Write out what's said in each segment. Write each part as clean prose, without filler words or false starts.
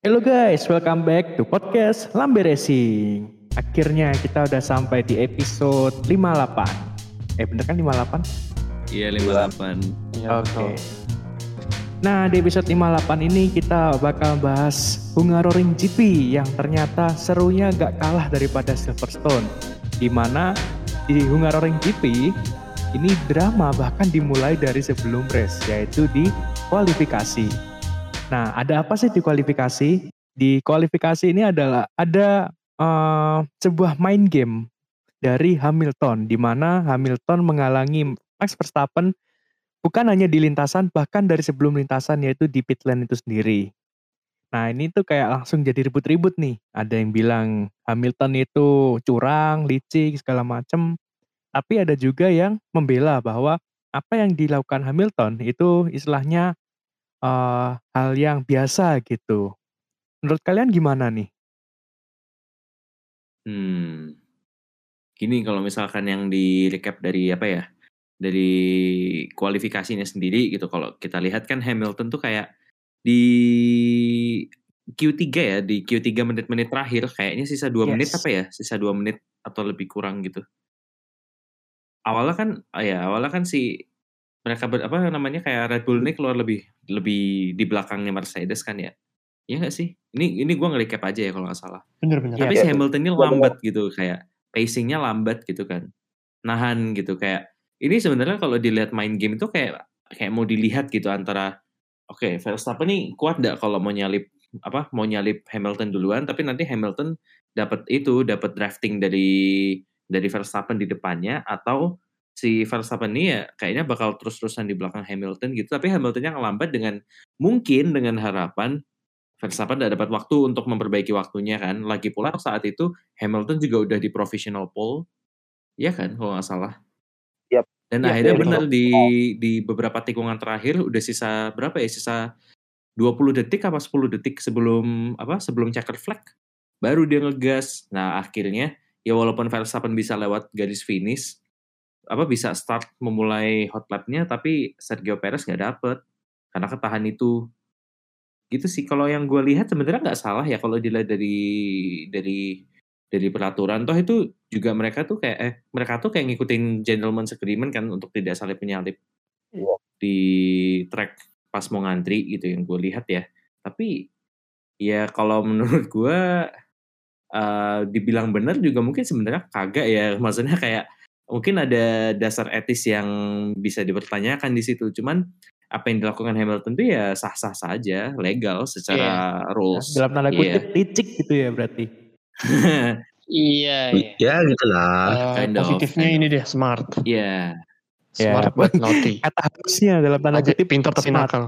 Hello guys, welcome back to podcast Lambe Racing. Akhirnya kita udah sampai di episode 58. Bener kan 58? Iya 58. Oke. Nah di episode 58 ini kita bakal bahas Hungaroring GP yang ternyata serunya gak kalah daripada Silverstone. Dimana di Hungaroring GP ini drama bahkan dimulai dari sebelum race, yaitu di kualifikasi. Nah, ada apa sih di kualifikasi? Di kualifikasi ini adalah ada sebuah main game dari Hamilton, di mana Hamilton menghalangi Max Verstappen bukan hanya di lintasan, bahkan dari sebelum lintasan, yaitu di pit lane itu sendiri. Nah, ini tuh kayak langsung jadi ribut-ribut nih. Ada yang bilang Hamilton itu curang, licik, segala macem. Tapi ada juga yang membela bahwa apa yang dilakukan Hamilton itu istilahnya hal yang biasa gitu. Menurut kalian gimana nih? Gini kalau misalkan yang di recap dari dari kualifikasinya sendiri gitu. Kalau kita lihat kan Hamilton tuh kayak di Q3 ya, di Q3 menit-menit terakhir kayaknya sisa 2 menit sisa 2 menit atau lebih kurang gitu. Awalnya kan si mereka kayak Red Bull ini keluar lebih di belakangnya Mercedes kan ya. Iya nggak sih? Ini gue nge-recap aja ya kalau nggak salah. Bener. Tapi si Hamilton ini lambat gitu, kayak pacing-nya lambat gitu kan. Nahan gitu kayak. Ini sebenarnya kalau dilihat main game itu kayak mau dilihat gitu antara Verstappen nih kuat nggak kalau mau nyalip Hamilton duluan, tapi nanti Hamilton dapat drafting dari Verstappen di depannya, atau si Verstappen ini ya kayaknya bakal terus-terusan di belakang Hamilton gitu, tapi Hamiltonnya ngelambat dengan harapan Verstappen tidak dapat waktu untuk memperbaiki waktunya kan. Lagi pula saat itu Hamilton juga udah di provisional pole, ya kan kalau nggak salah. Yap. Dan akhirnya benar di beberapa tikungan terakhir udah sisa berapa ya? Sisa 20 detik apa 10 detik sebelum checkered flag baru dia ngegas. Nah, akhirnya ya walaupun Verstappen bisa lewat garis finish, bisa start memulai hot lap-nya, tapi Sergio Perez nggak dapet karena ketahan itu. Gitu sih kalau yang gue lihat sebenarnya nggak salah ya kalau dilihat dari peraturan. Toh itu juga mereka tuh kayak ngikutin gentleman's agreement kan untuk tidak salip menyalip di track pas mau ngantri gitu yang gue lihat ya. Tapi ya kalau menurut gue dibilang benar juga mungkin sebenarnya kagak ya. Maksudnya kayak mungkin ada dasar etis yang bisa dipertanyakan di situ. Cuman apa yang dilakukan Hamilton itu ya sah-sah saja, legal secara rules. Dalam tanda kutip licik gitu ya berarti. Iya. Ya gitu lah. Positifnya ini deh, smart. Iya. Smart but naughty. Kata harusnya dalam tanda kutip pintar tapi nakal.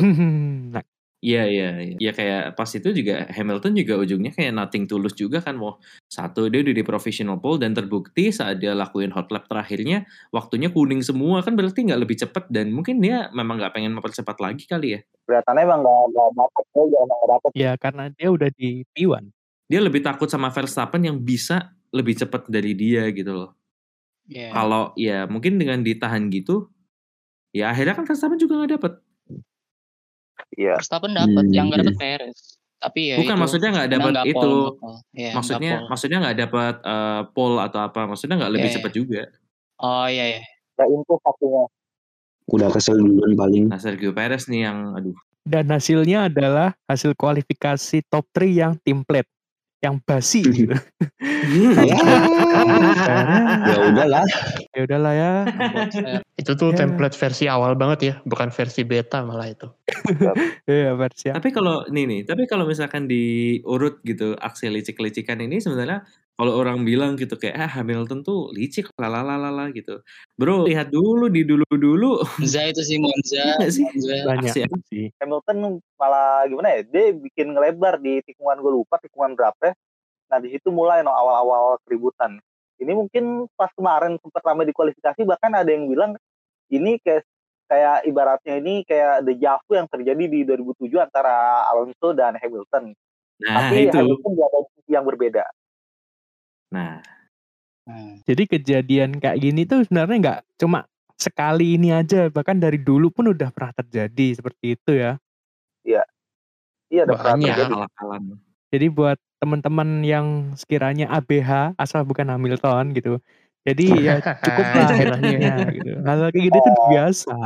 Iya. Ya kayak pas itu juga Hamilton juga ujungnya kayak nothing tulus juga kan. Satu dia udah di professional pole dan terbukti saat dia lakuin hot lap terakhirnya waktunya kuning semua kan, berarti nggak lebih cepat dan mungkin dia memang nggak pengen mempercepat lagi kali ya. Kelihatannya emang nggak dapat. Ya karena dia udah di P1. Dia lebih takut sama Verstappen yang bisa lebih cepat dari dia gitu loh. Yeah. Kalau ya mungkin dengan ditahan gitu, ya akhirnya kan Verstappen juga nggak dapet. Iya. Verstappen dapat, yang nggak dapat Perez. Tapi ya bukan, itu, maksudnya nggak dapat itu. Ya, maksudnya nggak dapat pole atau apa? Maksudnya nggak lebih cepat juga. Oh iya. Ya itu satunya. Udah kesel duluan paling. Nah, Sergio Perez nih yang aduh. Dan hasilnya adalah hasil kualifikasi top 3 yang template, yang basi gitu. Ya udahlah. Ya. Itu tuh template versi awal banget ya, bukan versi beta malah itu. Iya, versi. Tapi kalau misalkan diurut gitu aksi licik-licikan ini, sebenarnya kalau orang bilang gitu kayak Hamilton tuh licik lalalala gitu. Bro, lihat dulu di dulu. Monza itu sih Monza. Banyak sih. Hamilton malah gimana ya? Dia bikin ngelebar di tikungan, gue lupa tikungan berapa. Nah di situ mulai awal-awal keributan. Ini mungkin pas kemarin sempat ramai di kualifikasi, bahkan ada yang bilang ini kayak ibaratnya ini kayak deja vu yang terjadi di 2007 antara Alonso dan Hamilton. Nah, tapi itu Hamilton ada yang berbeda. Nah, jadi kejadian kayak gini tuh sebenarnya nggak cuma sekali ini aja, bahkan dari dulu pun udah pernah terjadi seperti itu ya. Iya, ada pernah Banyak. terjadi. Kalah-kalan. Jadi buat teman-teman yang sekiranya ABH asal bukan Hamilton gitu. Jadi ya cukuplah Istilahnya. headsetnya gitu. Hal kayak gitu tuh biasa.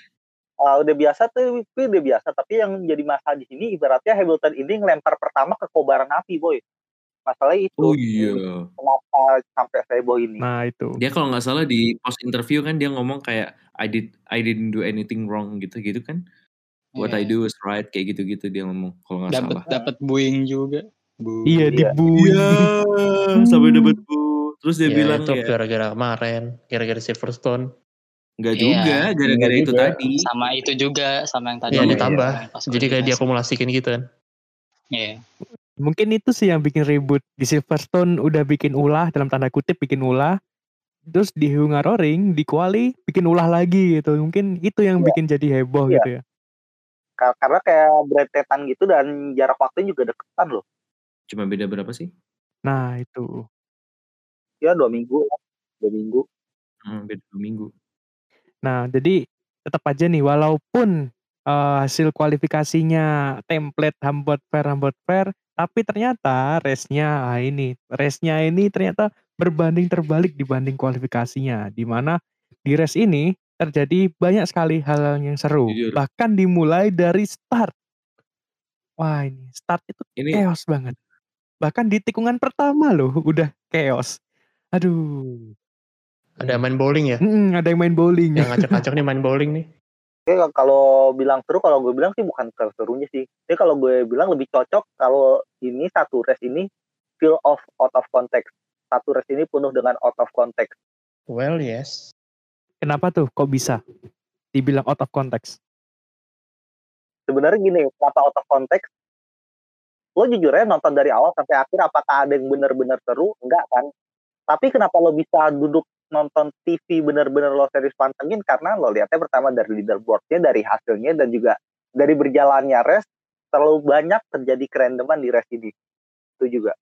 Udah biasa tuh, itu udah biasa. Tapi yang jadi masalah di sini ibaratnya Hamilton ini ngelempar pertama ke kobaran api, boy. Masalahnya itu. Oh iya. Kenapa sampai heboh ini? Nah itu. Dia kalau nggak salah di post interview kan dia ngomong kayak I didn't do anything wrong gitu kan. What I do is right kayak gitu dia ngomong kalau nggak salah. Dapat buing juga. Iya dibuing. Iya, sampai dapat bu. Terus dia Ya, bilang itu ya, gara-gara kemarin, gara-gara Silverstone. nggak Iya. juga, gara-gara Nggak itu juga. tadi. Sama itu juga, sama yang tadi. Iya, Iya, ditambah. Pas Jadi kayak kualifikasi. diakumulasikan gitu kan. Iya. Mungkin itu sih yang bikin ribut. Di Silverstone udah bikin ulah, dalam tanda kutip bikin ulah. Terus di Hungaroring, di quali bikin ulah lagi gitu. Mungkin itu yang bikin jadi heboh Iya. gitu ya. Karena kayak berentetan gitu dan jarak waktunya juga deketan loh. Cuma beda berapa sih? Nah itu. Ya 2 minggu. 2 minggu. Beda 2 minggu. Nah jadi tetap aja nih walaupun hasil kualifikasinya template hamburg fair, tapi ternyata race-nya ini ternyata berbanding terbalik dibanding kualifikasinya, di mana di race ini terjadi banyak sekali hal yang seru, Jujur. bahkan dimulai dari start. Wah ini start itu Ini chaos banget, bahkan di tikungan pertama loh udah chaos. Aduh, Ada main bowling ya? ada yang main bowling. Yang ngacak-ngacak nih main bowling nih. Oke, kalau bilang seru, kalau gue bilang sih bukan serunya sih. Jadi kalau gue bilang lebih cocok kalau ini satu race ini feel of out of context. Satu race ini penuh dengan out of context. Well, yes. Kenapa tuh? Kok bisa dibilang out of context? Sebenarnya gini, kenapa out of context? Lo jujur aja nonton dari awal sampai akhir, apakah ada yang benar-benar seru? Enggak kan? Tapi kenapa lo bisa duduk nonton TV benar-benar lo serius pantengin? Karena lo lihatnya pertama dari leaderboardnya, dari hasilnya, dan juga dari berjalannya race. Terlalu banyak terjadi kerandoman di race ini. Itu juga.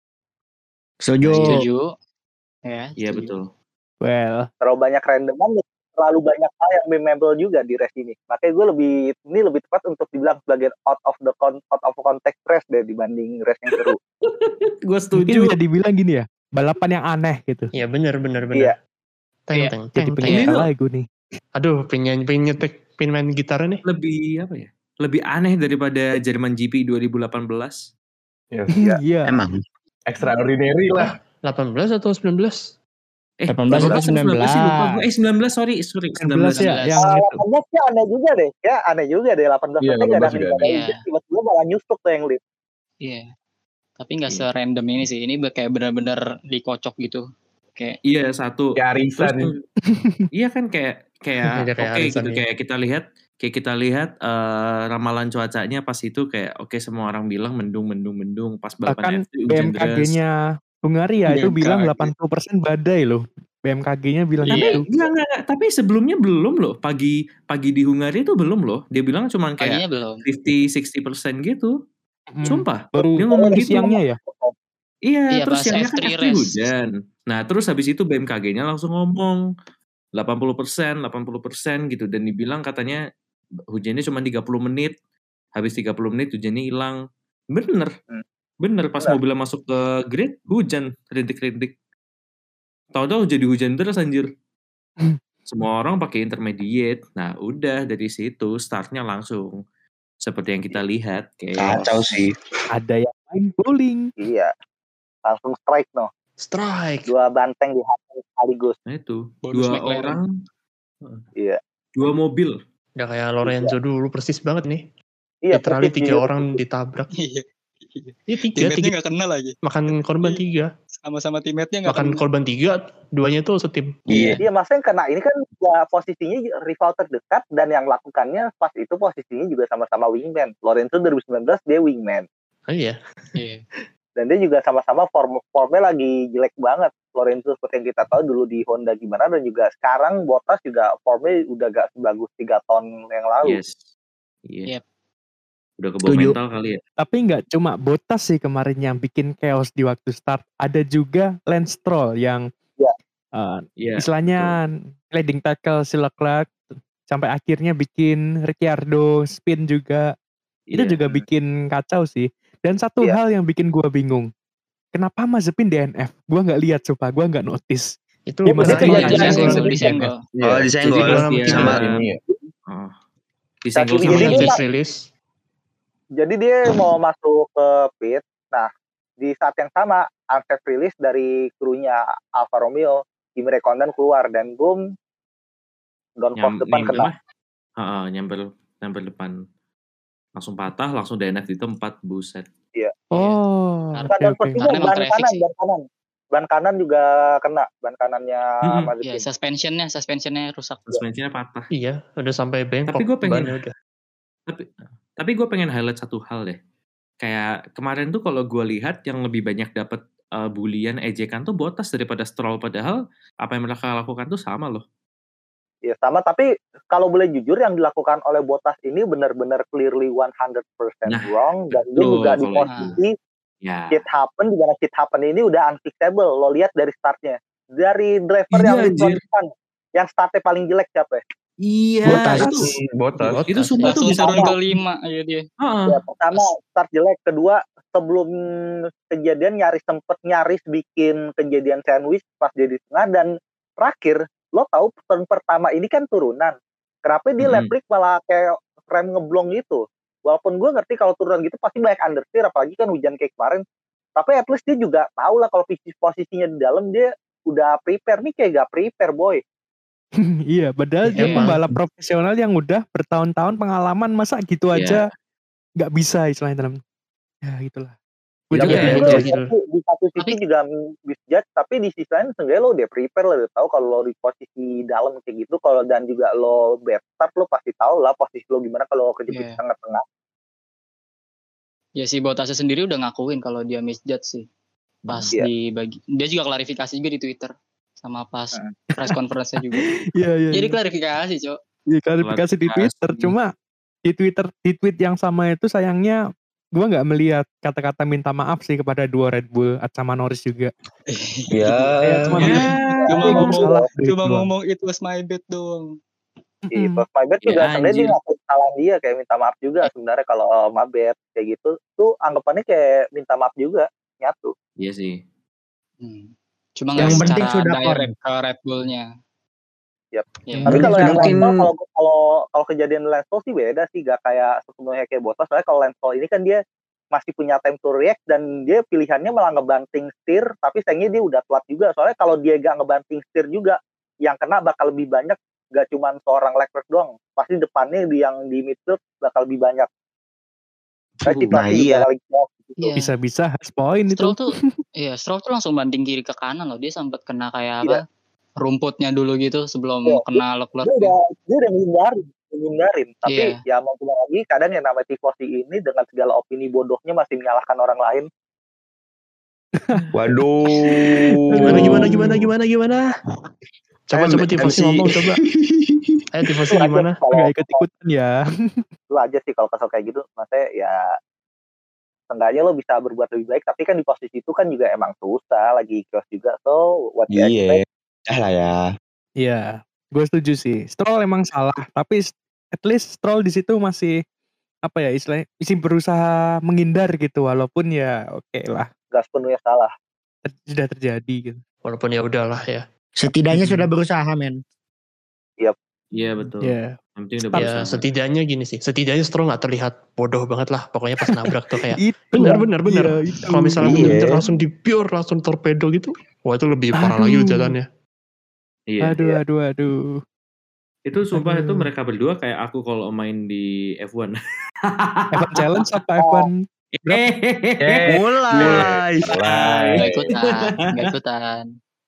Setuju. Ya, iya setuju. betul. Well, Terlalu banyak randoman, terlalu banyak hal yang memorable juga di race ini. Makanya gue lebih tepat untuk dibilang sebagai out of context race deh dibanding race yang seru. Gue mungkin setuju. bisa dibilang gini ya, balapan yang aneh gitu. Iya bener. Iya. Jadi pengen Ini lagu nih. Aduh, pengen nyetek, pengen main gitar nih. Lebih apa ya? Lebih aneh daripada Jerman GP 2018. Iya. Emang. Extraordinary lah. 18 atau 19? 18 atau 19? sih lupa gue. 19 sorry 19 ya, 19. yang itu. 18 sih aneh juga deh. Ya aneh juga deh 18 Iya, gak ada 18 juga yang aneh. lead, tiba-tiba malah nyusuk tuh yang lead. Iya. Tapi nggak serandom ini sih. Ini kayak benar-benar dikocok gitu. Kayak Iya satu. Kayak arisan. Terus, iya kan kayak Iya, kayak oke arisan, gitu iya. kayak kita lihat ramalan cuacanya pas itu kayak oke semua orang bilang mendung pas balapan Bahkan F2 hujan deras. BMKG-nya Hungaria itu BMKG. bilang 80% badai loh. BMKG-nya bilang Iya. gitu. Enggak, tapi sebelumnya belum loh. Pagi di Hungaria itu belum loh. Dia bilang cuma paginya kayak belum. 50-60% gitu. Sumpah. Baru Dia ngomong gitu. siangnya ya. Iya, Iya, terus pas siangnya kan F3 F3 race. hujan. Nah, terus habis itu BMKG-nya langsung ngomong 80% gitu dan dibilang katanya hujannya cuma 30 menit. Habis 30 menit hujannya hilang. Bener pas mobilnya masuk ke grid hujan rintik-rintik. Tahu-tahu jadi hujan deras anjir. Semua orang pakai intermediate. Nah, udah dari situ startnya langsung seperti yang kita lihat kayak Kacau sih. Ada yang main bowling. Iya. Langsung strike no. Strike. 2 banteng di hati sekaligus. nah itu Bonus 2 McLaren. orang. Iya. 2 mobil. Udah kayak Lorenzo dulu persis banget nih. Iya. Literally persis 3 juga. orang ditabrak. Iya. Iya 3 Teammate-nya nggak kenal lagi. makan korban 3. Sama-sama teammate-nya nggak Makan kenal. korban 3, 2-nya tuh setim. Iya. Iya, maksudnya karena ini kan ya, posisinya rival terdekat dan yang lakukannya pas itu posisinya juga sama-sama wingman. Lorenzo 2019 dia wingman. Oh iya. Iya. Dan dia juga sama-sama formnya lagi jelek banget. Lorenzo seperti yang kita tahu dulu di Honda gimana, dan juga sekarang Bottas juga formnya udah gak sebagus 3 tahun yang lalu. Yes. Iya. Yep. Udah kebawa Setuju. mental kali ya. Tapi nggak cuma Bottas sih kemarin yang bikin chaos di waktu start. Ada juga Lance Stroll yang Iya. istilahnya leading tackle si Leclerc sampai akhirnya bikin Ricciardo spin juga. Itu Iya. juga bikin kacau sih. Dan satu Iya. hal yang bikin gua bingung. Kenapa Mazepin DNF? Gua nggak lihat, sumpah. Gua nggak notice. Itu Di mana pasti dia Iya, kejadian disenggol disenggol, disenggol. Oh, disenggol. Jadi pas Sama dia sama ini ya. oh, disenggol Jadi sama sama dia- flash release. Jadi dia mau masuk ke pit. Nah, di saat yang sama unsafe release dari krunya Alfa Romeo, Kimi Räikkönen keluar dan boom, downforce depan kena. nyamper depan. Langsung patah, langsung DNF di tempat, buset. Oh, Karena- oke Bukan oke. juga Karena emang ban traffic kanan, sih. ban kanan juga kena, ban kanannya Mm-mm. Iya, Mazepin. suspensionnya rusak. Suspensinya patah. Iya, udah sampai bengkok. Tapi gue pengen bannya udah. tapi gue pengen highlight satu hal deh. Kayak kemarin tuh kalau gue lihat yang lebih banyak dapat bulian, ejekan tuh Bottas daripada Stroll, padahal apa yang mereka lakukan tuh sama loh. Ya sama, tapi kalau boleh jujur yang dilakukan oleh Bottas ini benar-benar clearly 100% Nah, wrong, dan dia betul, juga di kalau posisi Ya. shit happen, di mana shit happen ini udah unfixable. Lo lihat dari startnya, dari driver Iya, yang di front anjir. depan, yang startnya paling jelek siapa ya? Iya, Botas. Botas. itu sumpah tuh Langsung bisa turun ke 5 aja dia. Heeh. Ya, pertama start jelek, kedua sebelum kejadian nyaris bikin kejadian sandwich pas dia di tengah, dan terakhir lo tahu turn pertama ini kan turunan, kenapa dia Mm-mm. leplik malah kayak rem ngeblong gitu. Walaupun gue ngerti kalau turunan gitu pasti banyak understeer, apalagi kan hujan kayak kemarin, tapi at least dia juga tahu lah kalau posisinya di dalam dia udah prepare. Nih kayak gak prepare boy. Iya, padahal dia Emang. pembalap profesional yang udah bertahun-tahun pengalaman, masa gitu Iya. aja nggak bisa istilahnya dalam. Ya gitulah. Gue Itu juga kayak bingung Gue sih. gitu. di satu sisi Tapi- juga misjudge, tapi di sisi lain seenggaknya lo udah prepare, lo udah tahu kalau lo di posisi dalam kayak gitu, kalau dan juga lo bad start, lo pasti tahu lah posisi lo gimana kalau kejepit Iya. tengah-tengah. Ya si Bottasnya sendiri udah ngakuin kalau dia misjudge sih. Pas Iya. dia juga klarifikasi juga di Twitter sama pas Hmm. press conference-nya juga. Iya, iya. Jadi iya. klarifikasi, Cok. Iya, klarifikasi di Twitter. Cuma di tweet yang sama itu sayangnya gue nggak melihat kata-kata minta maaf sih kepada dua Red Bull sama Norris juga. Ya. Kayak cuma bilang, Cuma "Eh, gua ngomong- salah," Cuma gitu doang. ngomong it was my bad doang. Iya, Mm-mm. pas my bad Ya, juga sebenarnya dia anjir. ngakuin kesalahan dia, kayak minta maaf juga sebenarnya kalau my bad kayak gitu. Tuh anggapannya kayak minta maaf juga, nyatu. Iya sih. Cuma Yang nggak penting secara sudah direct ke Red Bull-nya. Yap. Iya. Tapi kalau yang mungkin- Lance Stroll, kalau kejadian Lance Stroll sih beda sih, gak kayak sepenuhnya kayak Bottas. Soalnya kalau Lance Stroll ini kan dia masih punya time to react, dan dia pilihannya malah ngebanting setir, tapi sayangnya dia udah telat juga. Soalnya kalau dia gak ngebanting setir juga, yang kena bakal lebih banyak, gak cuma seorang Leclerc doang. Pasti depannya yang di midfield bakal lebih banyak. Kayak situasi iya. juga lagi chaos gitu. Iya. Bisa-bisa has point itu. Stroll tuh langsung banting kiri ke kanan loh. Dia sempat kena kayak Iya. rumputnya dulu gitu sebelum Iya. kena Leclerc. Dia udah menghindarin. Tapi Iya. ya mau gimana lagi, kadang yang namanya tifosi ini dengan segala opini bodohnya masih menyalahkan orang lain. Waduh. Gimana? Coba tifosi MC. ngomong coba. Ayo tifosi Itu aja gimana? kalau- Nggak ikut-ikutan ya. Lu aja sih kalau kesel kayak gitu, maksudnya ya seenggaknya lo bisa berbuat lebih baik, tapi kan di posisi itu kan juga emang susah, lagi chaos juga, so what you Iya. expect. Lah ya. Iya, gue setuju sih. Stroll emang salah, tapi at least Stroll di situ masih apa ya istilahnya, masih berusaha menghindar gitu, walaupun ya oke lah, Gak sepenuhnya salah. sudah terjadi gitu. Walaupun ya udahlah ya. Setidaknya sudah berusaha, men. Iya betul. Ya, Yang penting udah Start. Ya berusaha. setidaknya gini sih. Setidaknya Stroll nggak terlihat bodoh banget lah. Pokoknya pas nabrak tuh kayak itu bener. Iya, itu. Kalau misalnya Iya. bener-bener langsung di pure, langsung torpedo gitu. Wah itu lebih parah lagi Aduh. ujarannya. Iya. Aduh. Itu sumpah Aduh. itu mereka berdua kayak aku kalau main di F1. F1 challenge apa F1? Mulai. Nggak ikutan.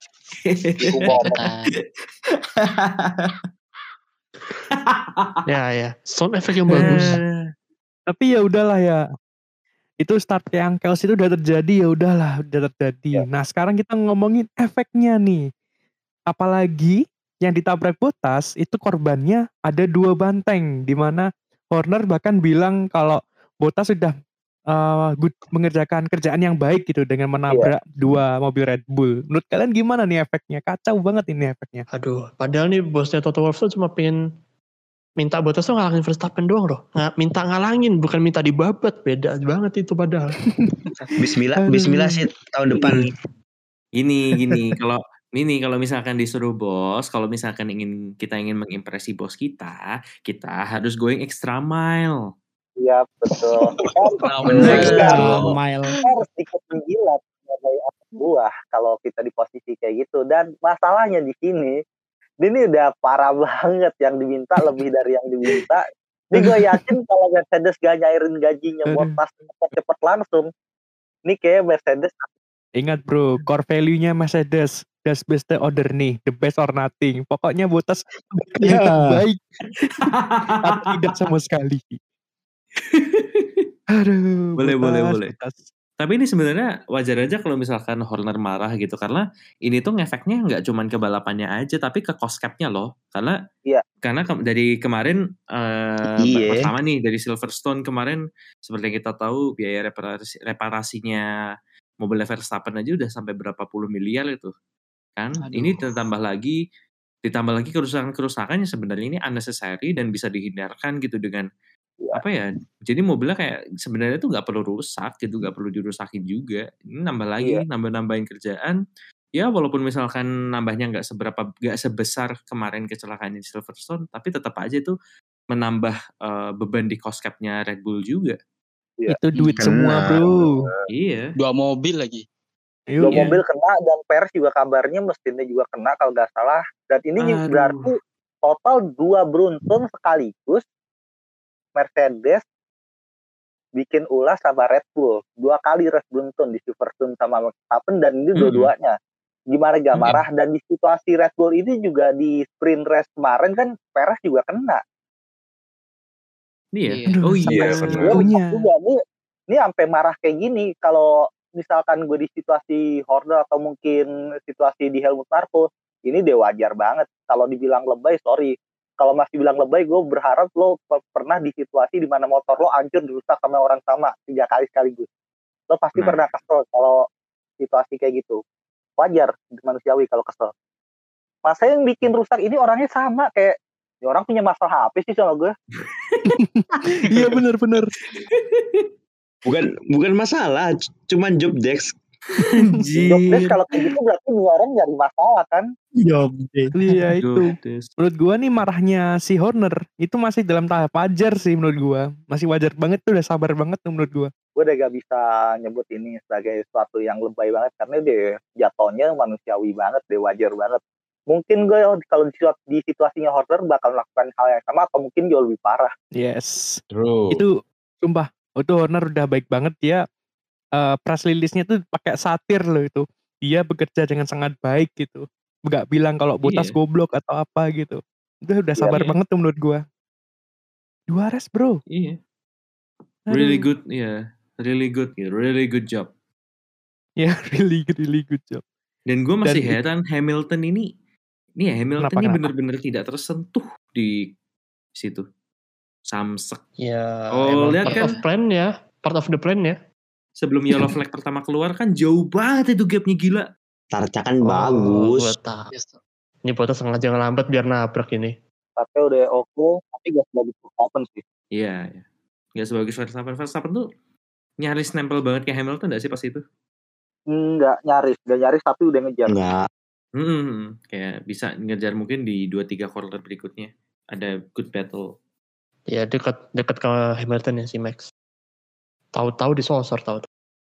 Ya. Sound effect yang bagus. Tapi ya udahlah ya. Itu start yang chaos itu udah terjadi, ya udahlah, udah terjadi. Ya. Nah, sekarang kita ngomongin efeknya nih. Apalagi yang ditabrak Bottas itu korbannya ada 2 banteng, di mana Horner bahkan bilang kalau Bottas sudah good mengerjakan kerjaan yang baik gitu dengan menabrak 2 mobil Red Bull. Menurut kalian gimana nih efeknya? Kacau banget ini efeknya. Aduh, padahal nih bosnya Toto Wolff tuh cuma pengen minta Bottas tuh ngalangin Verstappen doang loh. Minta ngalangin, bukan minta dibabat. Beda banget itu padahal. Bismillah sih tahun depan. Gini, kalau misalkan disuruh bos, kalau misalkan kita ingin mengimpresi bos kita harus going extra mile. Iya betul. Mile. Harus ikut menjilat sebagai anak buah kalau kita di posisi kayak gitu. Dan masalahnya di sini, ini udah parah banget, yang diminta lebih dari yang diminta. Ini gue yakin kalau Mercedes gak nyairin gajinya Bottas cepet langsung, ini kayak Mercedes. Ingat bro, core value-nya Mercedes, das beste order nih, the best or nothing. Pokoknya Bottas yang terbaik. Atau tidak sama sekali. Aduh, Boleh. Bottas. Tapi ini sebenarnya wajar aja kalau misalkan Horner marah gitu, karena ini tuh ngefeknya nggak cuman ke balapannya aja, tapi ke cost cap-nya loh. Karena dari kemarin pertama nih dari Silverstone kemarin, seperti yang kita tahu biaya reparasinya mobil Verstappen aja udah sampai berapa puluh miliar itu kan. Ini ditambah lagi kerusakan-kerusakan yang sebenarnya ini unnecessary dan bisa dihindarkan gitu dengan apa ya, jadi mobilnya kayak sebenarnya tuh nggak perlu rusak gitu, nggak perlu dirusakin juga. Ini nambah lagi, nambahin kerjaan. Ya walaupun misalkan nambahnya nggak sebesar kemarin kecelakaan di Silverstone, tapi tetap aja itu menambah beban di cost cap-nya Red Bull juga. Itu duit semua bro. Iya. 2 mobil lagi. 2 mobil kena, dan Perez juga kabarnya mesinnya juga kena kalau nggak salah. Dan ini berarti total 2 beruntun sekaligus Mercedes bikin ulah sama Red Bull. 2 kali race beruntun di Silverstone sama Verstappen, dan ini dua-duanya. Gimana gak marah. Dan di situasi Red Bull ini juga di sprint race kemarin kan Perez juga kena. Iya. Ini sampai marah kayak gini. Kalau misalkan gue di situasi Horner atau mungkin situasi di Helmut Marko, ini dia wajar banget. Kalau dibilang lebay, sorry. Kalau masih bilang lebay, gue berharap lo pernah di situasi di mana motor lo hancur dirusak sama orang sama 3 kali sekaligus. Lo pasti pernah kesel kalau situasi kayak gitu. Wajar, manusiawi kalau kesel. Masa yang bikin rusak ini orangnya sama, kayak ya orang punya masalah apa sih sama gue? Iya benar. Bukan masalah, cuman job desk. Job desk kalau kayak gitu berarti orang nyari masalah kan? Iya itu. Menurut gua nih marahnya si Horner itu masih dalam tahap wajar sih menurut gua. Masih wajar banget tuh, udah sabar banget tuh menurut gua. Gue udah gak bisa nyebut ini sebagai sesuatu yang lebay banget, karena dia jatuhnya manusiawi banget, dia wajar banget. Mungkin gue kalau di situasinya Horner bakal melakukan hal yang sama atau mungkin jauh lebih parah. Yes. True. Itu sumpah, itu Horner udah baik banget, dia press release-nya tuh pakai satir loh itu. Dia bekerja dengan sangat baik gitu. Nggak bilang kalau Bottas goblok atau apa gitu. Udah sabar banget tuh menurut gua. 2 race bro. Iya. Really good, really good job. Ya, really good job. Dan gue masih heran Hamilton ini benar-benar tidak tersentuh di situ. Samsek. Ya, lihat kan part of the plan ya. Sebelum yellow flag pertama keluar kan jauh banget itu gapnya, gila. Tarca kan bagus. Ini Bottas sengaja ngelambat biar nabrak ini. Tapi udah oke, tapi gak sebagus Verstappen sih. Iya. Gak sebagus Verstappen. Verstappen tuh nyaris nempel banget kayak Hamilton gak sih pas itu? Gak nyaris tapi udah ngejar. Enggak. Kayak bisa ngejar mungkin di 2-3 quarter berikutnya. Ada good battle. Ya dekat ke Hamilton ya si Max. Tahu-tahu disosor tahu.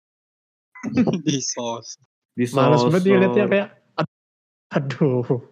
Disosor. Males banget dia liatnya kayak aduh.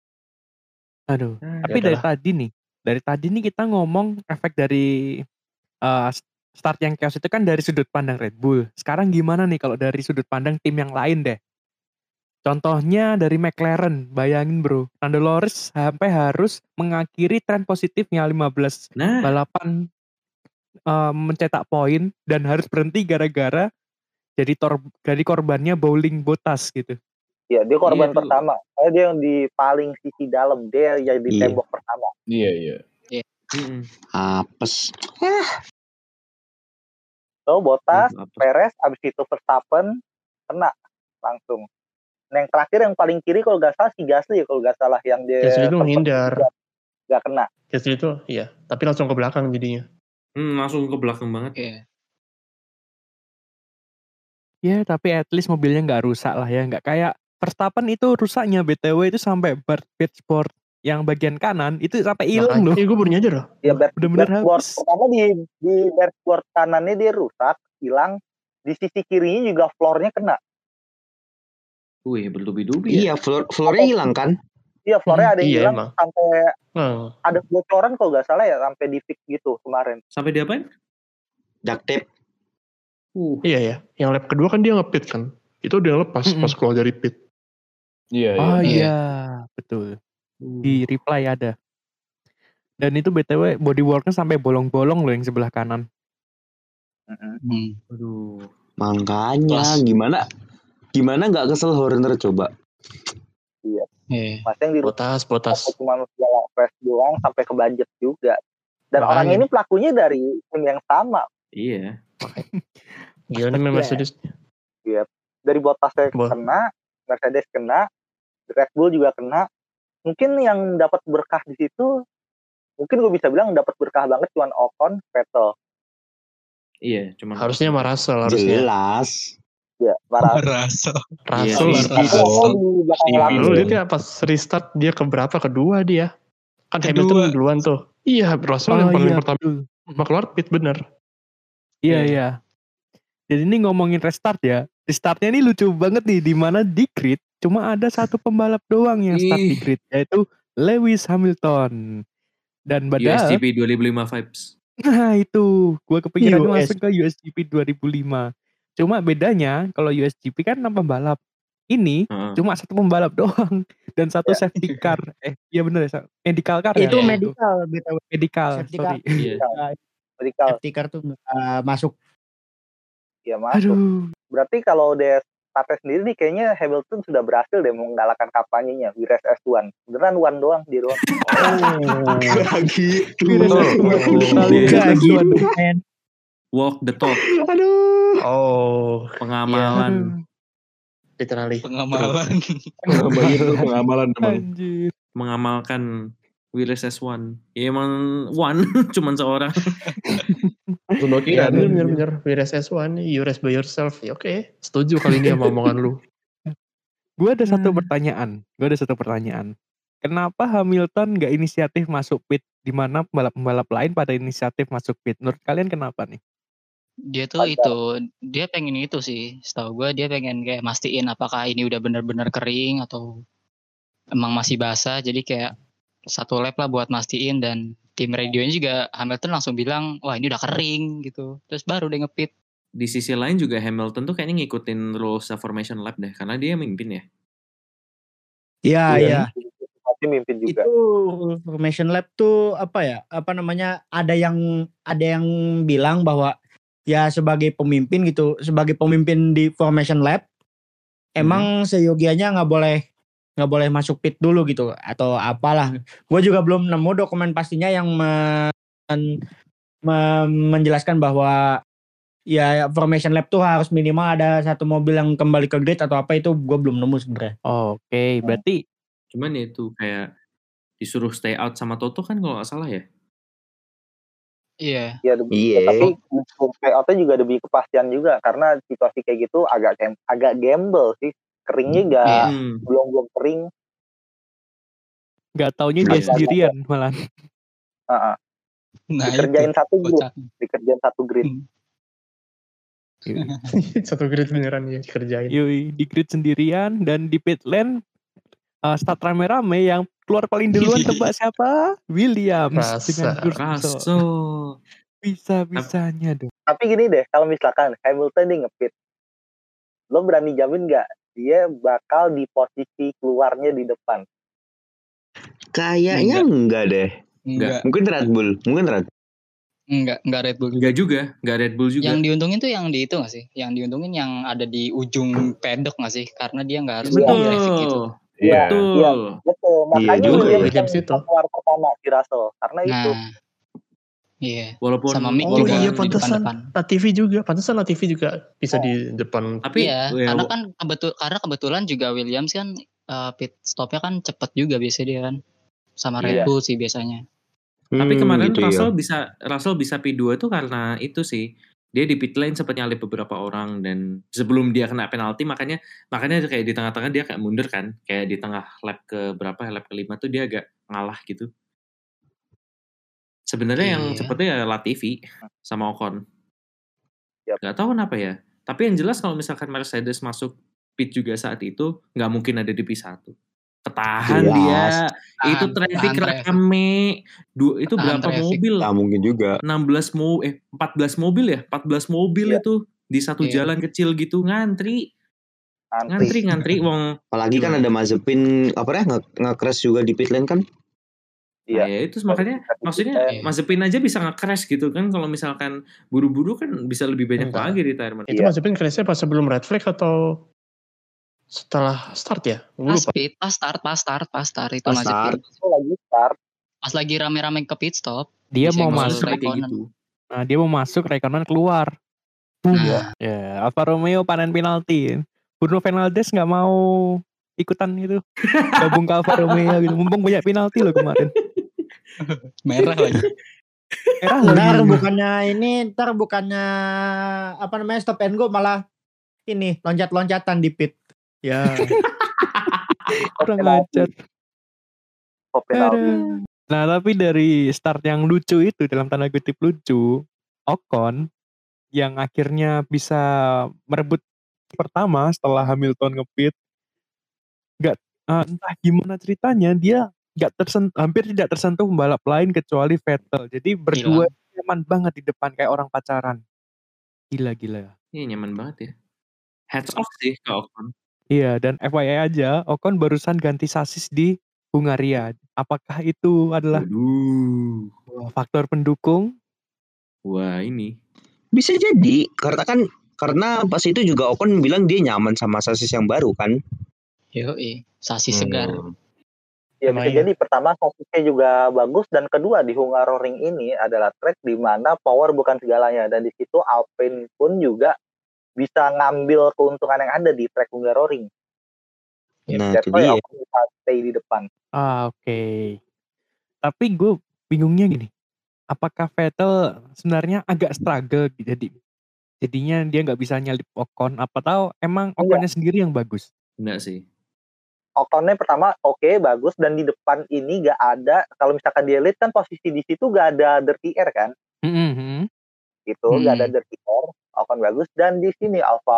Tapi dari tadi nih kita ngomong efek dari start yang chaos itu kan dari sudut pandang Red Bull. Sekarang gimana nih kalau dari sudut pandang tim yang lain deh? Contohnya dari McLaren, bayangin bro, Lando Norris sampai harus mengakhiri tren positifnya 15 balapan mencetak poin dan harus berhenti gara-gara jadi korbannya bowling Bottas gitu. Iya, dia korban pertama. Dia yang di paling sisi dalam, dia yang di tembok pertama. Iya. Apes. So Bottas, Perez, abis itu Verstappen kena langsung. Nah, yang terakhir yang paling kiri kalau nggak salah si Gasly ya, kalau nggak salah yang dia Gasly itu menghindar. nggak kena. Gasly itu iya, tapi langsung ke belakang jadinya. Langsung ke belakang banget. Iya. Ya tapi at least mobilnya nggak rusak lah ya, nggak kayak Verstappen itu rusaknya BTW itu sampai dashboard yang bagian kanan itu sampai hilang loh. Iya, gue baru nyadar loh. Ya Bener-bener dashboard habis. pertama di dashboard kanannya dia rusak, hilang. Di sisi kirinya juga floornya kena. Wih, berdubi-dubi ya. Iya, floornya hilang kan? Iya, floornya ada yang Iya, hilang emang. sampai ada bocoran kalau nggak salah ya, sampai di fix gitu kemarin. Sampai diapain? Duct tape. Iya ya, yang lap kedua kan dia nge-pit kan. Itu dia lepas pas keluar dari pit. Iya, Oh iya. iya, betul. Di reply ada. Dan itu BTW bodyworknya sampai bolong-bolong loh yang sebelah kanan. Aduh. Makanya gimana nggak kesel Horner coba? Iya. Iya. Mas yang di Botas. cuma segala fresh doang sampai ke budget juga. Dan orang ini pelakunya dari tim yang sama. Iya. Gila nih Mercedes. Iya. Dari Bottasnya kena, Mercedes kena, Red Bull juga kena. Mungkin yang dapat berkah di situ, mungkin gue bisa bilang dapat berkah banget cuman Ocon, Vettel. Iya, cuma Harusnya sama Russell harusnya. Jelas. Ya, Russell. Lalu Lu lihat ya pas restart dia ke berapa? Kedua dia. Kan Hamilton duluan tuh. Iya, Russell yang paling pertama keluar pit bener. Iya. Jadi ini ngomongin restart ya. Restartnya ini lucu banget nih, di mana di grid cuma ada satu pembalap doang yang start di grid, yaitu Lewis Hamilton. Dan padahal USGP 2005 vibes. Nah itu, gue kepikiran langsung ke USGP 2005. Cuma bedanya kalau USGP kan 6 pembalap. Ini cuma satu pembalap doang dan satu safety car. Iya bener ya, medical car itu ya. medical, Medical, safety sorry. Medical. Safety car tuh masuk. Ya masuk. Aduh. Berarti kalau dia startnya sendiri nih kayaknya Hamilton sudah berhasil deh mengalahkan kampanyenya di race S1. Beneran one doang dia doang. Walk the talk. Aduh. Pengamalan. Literally. Pengamalan teman. Mengamalkan Willis S1. Ya emang one cuman seorang. Iya bener. Willis S1, you race by yourself. Ya oke. Setuju kali ini sama omongan lu. Gue ada satu pertanyaan. Kenapa Hamilton gak inisiatif masuk pit, di mana pembalap-pembalap lain pada inisiatif masuk pit? Menurut kalian kenapa nih? Dia tuh dia pengen itu sih. Setahu gue dia pengen kayak mastiin apakah ini udah benar-benar kering atau emang masih basah. Jadi kayak satu lap lah buat mastiin, dan tim radionya juga Hamilton langsung bilang, wah ini udah kering gitu. Terus baru dia nge-pit. Di sisi lain juga Hamilton tuh kayaknya ngikutin rules formation lap deh, karena dia mimpin ya. Iya. Pasti mimpin juga. Itu formation lap tuh ada yang bilang bahwa ya sebagai pemimpin di formation lap emang seyogianya nggak boleh masuk pit dulu gitu atau apalah. Gue juga belum nemu dokumen pastinya yang menjelaskan bahwa ya formation lap tuh harus minimal ada satu mobil yang kembali ke grid atau apa, itu gue belum nemu sebenarnya. Oke, berarti cuman ya itu kayak disuruh stay out sama Toto kan kalau nggak salah ya. Iya. Tapi stay outnya juga demi kepastian juga, karena situasi kayak gitu agak gamble sih. Keringnya belum kering. Gak taunya dia sendirian malah. Dikerjain satu grid. Satu grid beneran ya dikerjain. Yui, di grid sendirian dan di pit lane start rame-rame, yang keluar paling duluan tebak siapa? Williams dengan Russell. Bisa-bisanya dong. Tapi gini deh, kalau misalkan Hamilton nih nge-pit, lo berani jamin nggak dia bakal di posisi keluarnya di depan? Kayaknya enggak deh. Enggak. Mungkin Red Bull. Enggak Red Bull. Enggak Red Bull juga. Yang diuntungin tuh yang di itu nggak sih? Yang diuntungin yang ada di ujung pedok nggak sih? Karena dia nggak harus traffic gitu. Iya, betul. Makanya Williams itu keluar pertama si Russell karena itu. Iya. Walaupun sama Mick juga di pantesan depan. Latifi juga bisa di depan. Tapi karena kebetulan juga Williams kan pit stopnya kan cepet juga biasanya dia kan. sama Iya. Red Bull sih biasanya. Tapi kemarin gitu ya. Russell bisa P2 tuh karena itu sih. Dia di pit lane sempat nyalip beberapa orang dan sebelum dia kena penalti makanya kayak di tengah-tengah dia kayak mundur kan. Kayak di tengah lap ke berapa? Lap ke-5 tuh dia agak ngalah gitu. Sebenarnya yang Iya. cepetnya ya Latifi sama Ocon. Yap. Gak tahu kenapa ya. Tapi yang jelas kalau misalkan Mercedes masuk pit juga saat itu nggak mungkin ada di P1. Ketahan Jelas. dia. Itu Tahan traffic traffic. rame. Itu Tahan berapa traffic. mobil? Nah mungkin juga. 14 mobil ya? 14 mobil Iya. itu di satu Iya. jalan kecil gitu ngantri Antri. wong. Apalagi kan Gimana? ada Mazepin nge-crash juga di pit lane kan. Iya. Ya itu makanya maksudnya Iya. Mazepin aja bisa nge-crash gitu kan. Kalau misalkan buru-buru kan bisa lebih banyak Enggak. lagi retirement. Itu Iya. Mazepin crashnya pas sebelum red flag atau setelah start ya? Gue Pas lupa. pit, pas start itu Pas Mazepin. Itu lagi start. Pas lagi rame-rame ke pit stop. Dia mau disenggol masuk kayak Raikkonen. gitu. Nah, dia mau masuk, Raikkonen keluar. Nah, Ya, Alfa Romeo panen penalti. Bruno Fernandes nggak mau ikutan gitu. Gabung ke Alfa Romeo gitu. Mumpung banyak penalti loh kemarin. merah lagi. Merah Ntar lagi. bukannya apa namanya stop and go malah ini loncat-loncatan di pit. Ya. Kurang ajar. Penalti. Aduh. Nah, tapi dari start yang lucu itu, dalam tanda kutip lucu, Ocon yang akhirnya bisa merebut pertama setelah Hamilton nge-pit, entah gimana ceritanya, dia hampir tidak tersentuh pembalap lain kecuali Vettel. Jadi berdua nyaman banget di depan kayak orang pacaran. Gila. Iya nyaman banget ya. Hats off sih ke Ocon. Iya, dan FYI aja, Ocon barusan ganti sasis di Hungaria. Apakah itu adalah Waduh. faktor pendukung? Wah ini. Bisa jadi karena pas itu juga Ocon bilang dia nyaman sama sasis yang baru kan. Yoi, sasis segar. Ya bisa jadi pertama sasisnya juga bagus dan kedua di Hungaroring ini adalah track di mana power bukan segalanya dan di situ Alpine pun juga bisa ngambil keuntungan yang ada di track Hungaroring. Nah That's itu why dia. Ocon bisa stay di depan. Oke. Tapi gue bingungnya gini. Apakah Vettel sebenarnya agak struggle jadinya dia nggak bisa nyalip Ocon? Apa tahu emang Oconnya sendiri yang bagus? Enggak sih. Oconnya pertama oke, bagus dan di depan ini gak ada, kalau misalkan dia lead kan posisi di situ gak ada dirty air kan? Gitu, gak ada dirty air. Ocon bagus dan di sini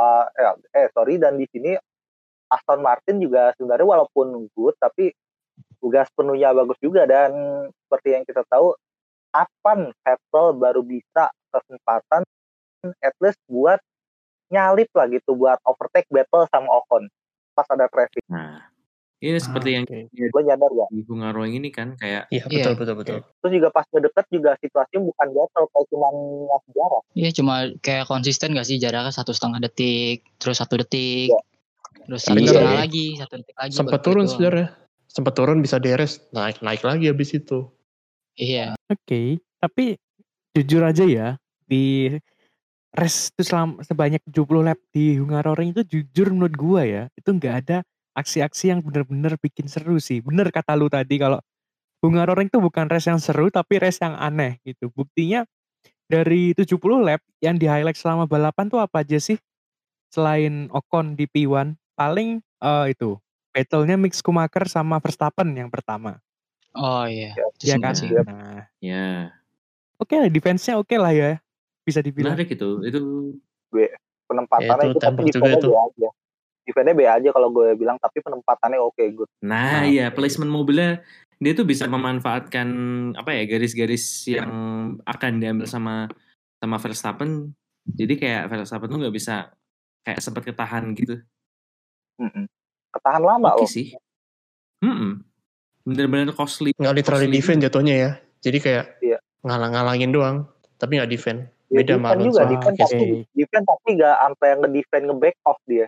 dan di sini Aston Martin juga sebenarnya walaupun good tapi juga sepenuhnya bagus juga dan seperti yang kita tahu kapan Vettel baru bisa kesempatan at least buat nyalip lah gitu, buat overtake battle sama Ocon pas ada traffic. Nah, ini seperti yang gue nyadar ya di Hungaroring ini kan kayak Iya betul. terus juga pas ngedeket juga situasinya bukan battle kayak cuma ngasih jarak. Iya cuma kayak konsisten gak sih jaraknya 1,5 detik, terus 1 detik, terus 1,5 lagi, 1 detik lagi. Sempat turun sebenarnya. Sempat turun bisa deres, naik lagi habis itu. Iya. Oke, tapi jujur aja ya, di race itu sebanyak 70 lap di Hungaroring itu jujur menurut gua ya, itu nggak ada aksi-aksi yang bener-bener bikin seru sih. Bener kata lu tadi kalau Hungaroring itu bukan race yang seru tapi race yang aneh gitu. Buktinya dari 70 lap yang di highlight selama balapan tuh apa aja sih? Selain Ocon di P1, paling itu battle-nya Mick Schumacher sama Verstappen yang pertama. Oh iya. Ya kan? Sih. Nah. Ya. Oke lah, defense-nya oke lah ya. Bisa dibilang. Menarik itu penempatannya itu tapi defense-nya B aja kalau gue bilang, tapi penempatannya oke, good. Nah ya placement mobilnya dia tuh bisa memanfaatkan garis-garis yang akan diambil sama Verstappen. Jadi kayak Verstappen tuh nggak bisa kayak sempat ketahan gitu. Ketahan lama loh. Sih. Bener-bener costly. Nggak literally defend jatuhnya ya. Jadi kayak ngalang-ngalangin doang, tapi nggak defend. Beda sama Alonso. Defend tapi nggak sampai nge-defend nge-back off dia.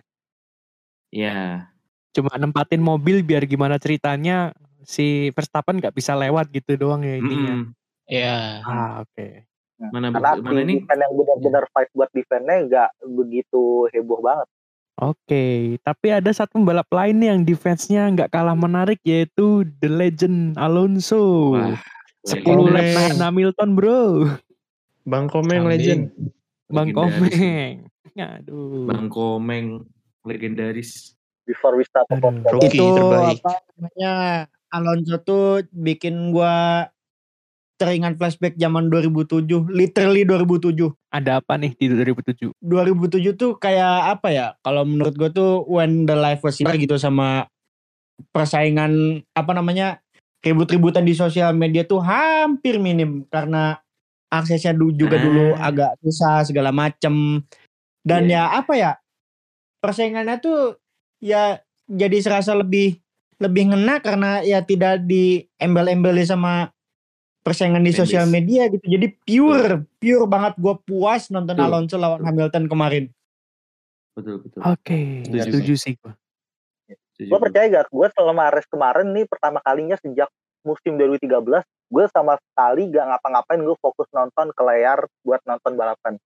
Iya. Cuma nempatin mobil biar gimana ceritanya si Verstappen nggak bisa lewat gitu doang ya intinya. Iya. Oke. Karena ini defend yang benar-benar fight buat defendnya nggak begitu heboh banget. Oke, tapi ada satu pembalap lain nih yang defense-nya nggak kalah menarik yaitu The Legend Alonso. Wah, 10 lap Komeng. nahan Hamilton, bro. Bang Komeng Kambing. legend. Bang legendaris ini. Komeng. Aduh. Bang Komeng legendaris. Before we start the Aduh. podcast. Rookie Itu terbaik. apa namanya, Alonso tuh bikin gua teringat flashback zaman 2007, literally 2007. Ada apa nih di 2007? 2007 tuh kayak apa ya? Kalau menurut gua tuh when the life was easier gitu, sama persaingan apa namanya, ribut-ributan di sosial media tuh hampir minim karena aksesnya juga dulu agak susah segala macem. Dan Iya. ya apa ya, persaingannya tuh ya jadi serasa lebih ngena karena ya tidak diembel-embeli sama persaingan di sosial Fanbase. media gitu. Jadi pure banget, gue puas nonton Betul. Alonso lawan Hamilton kemarin. Betul. Oke, setuju sih gua. Gue percaya gak, gue selama race kemarin nih pertama kalinya sejak musim 2013, gue sama sekali gak ngapa-ngapain, gue fokus nonton ke layar buat nonton balapan.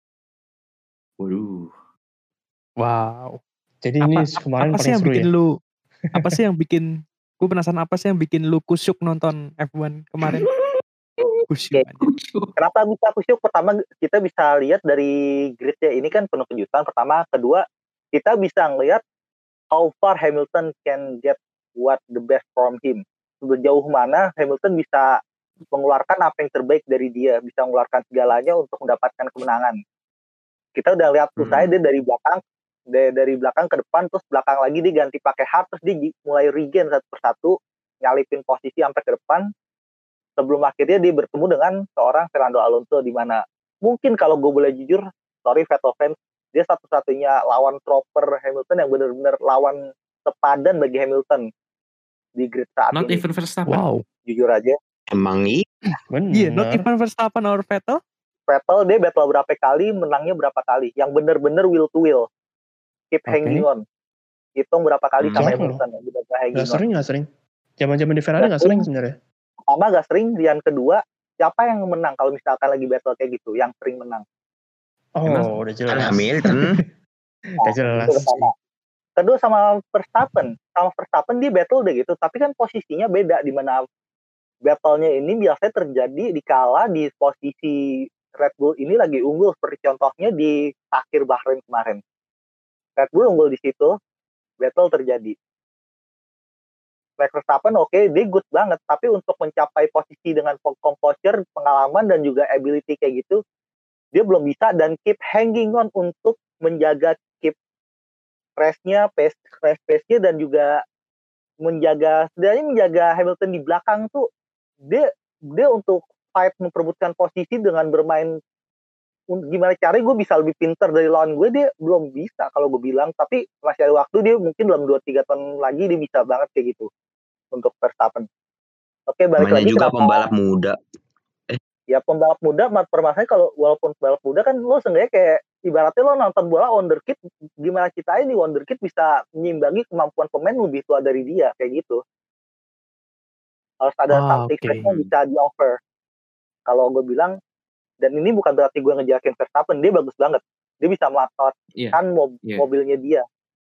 Waduh. Wow. Jadi ini kemarin Apa sih paling yang seru bikin ya. lu? Apa sih yang bikin? Gue penasaran apa sih yang bikin lu kusyuk nonton F1 kemarin? Kusyuk aja. Kenapa bisa kusyuk? Pertama, kita bisa lihat dari gridnya ini kan penuh kejutan. Pertama, kedua, kita bisa ngelihat how far Hamilton can get what the best from him. Sejauh mana Hamilton bisa mengeluarkan apa yang terbaik dari dia, bisa mengeluarkan segalanya untuk mendapatkan kemenangan. Kita udah lihat usahanya dia dari belakang ke depan, terus belakang lagi dia ganti pakai hard, terus dia mulai regen satu persatu, nyalipin posisi sampai ke depan, sebelum akhirnya dia bertemu dengan seorang Fernando Alonso, di mana mungkin kalau gue boleh jujur, sorry Vettel fans, dia satu-satunya lawan proper Hamilton yang benar-benar lawan sepadan bagi Hamilton di grid saat Not ini. even Verstappen. Wow. Jujur aja. Emang Bener. Iya, not even Verstappen or Vettel. Vettel dia battle berapa kali, menangnya berapa kali. Yang benar-benar will to will. Keep hanging on. Hitung berapa kali sama Hamilton yang benar-benar hanging on. Gak sering. Zaman-zaman di Ferrari gak sering sebenarnya. Pertama gak sering, yang kedua siapa yang menang kalau misalkan lagi battle kayak gitu, yang sering menang. Oh, udah jelas. Hamilton. Udah jelas. Kedua sama Verstappen dia battle udah gitu, tapi kan posisinya beda, di mana battle-nya ini biasanya terjadi dikala di posisi Red Bull ini lagi unggul, seperti contohnya di akhir Bahrain kemarin. Red Bull unggul di situ, battle terjadi. Max Verstappen oke, dia good banget, tapi untuk mencapai posisi dengan composure, pengalaman dan juga ability kayak gitu, dia belum bisa, dan keep hanging on untuk menjaga keep race-nya, pace-nya, dan juga menjaga Hamilton di belakang tuh, dia untuk fight memperebutkan posisi dengan bermain gimana caranya gue bisa lebih pintar dari lawan gue, dia belum bisa kalau gue bilang, tapi masih ada waktu, dia mungkin dalam 2-3 tahun lagi dia bisa banget kayak gitu untuk Verstappen. Oke, balik lagi juga kenapa pembalap muda. Ya pembalap muda, permasalahannya kalau walaupun pembalap muda kan lo seenggaknya kayak ibaratnya lo nonton bola wonderkid, gimana ceritanya nih wonderkid bisa menyimbangi kemampuan pemain lebih tua dari dia, kayak gitu. Harus ada something yang bisa di offer. Kalau gue bilang, dan ini bukan berarti gue ngejelekin Verstappen, dia bagus banget, dia bisa memanfaatkan mobilnya dia.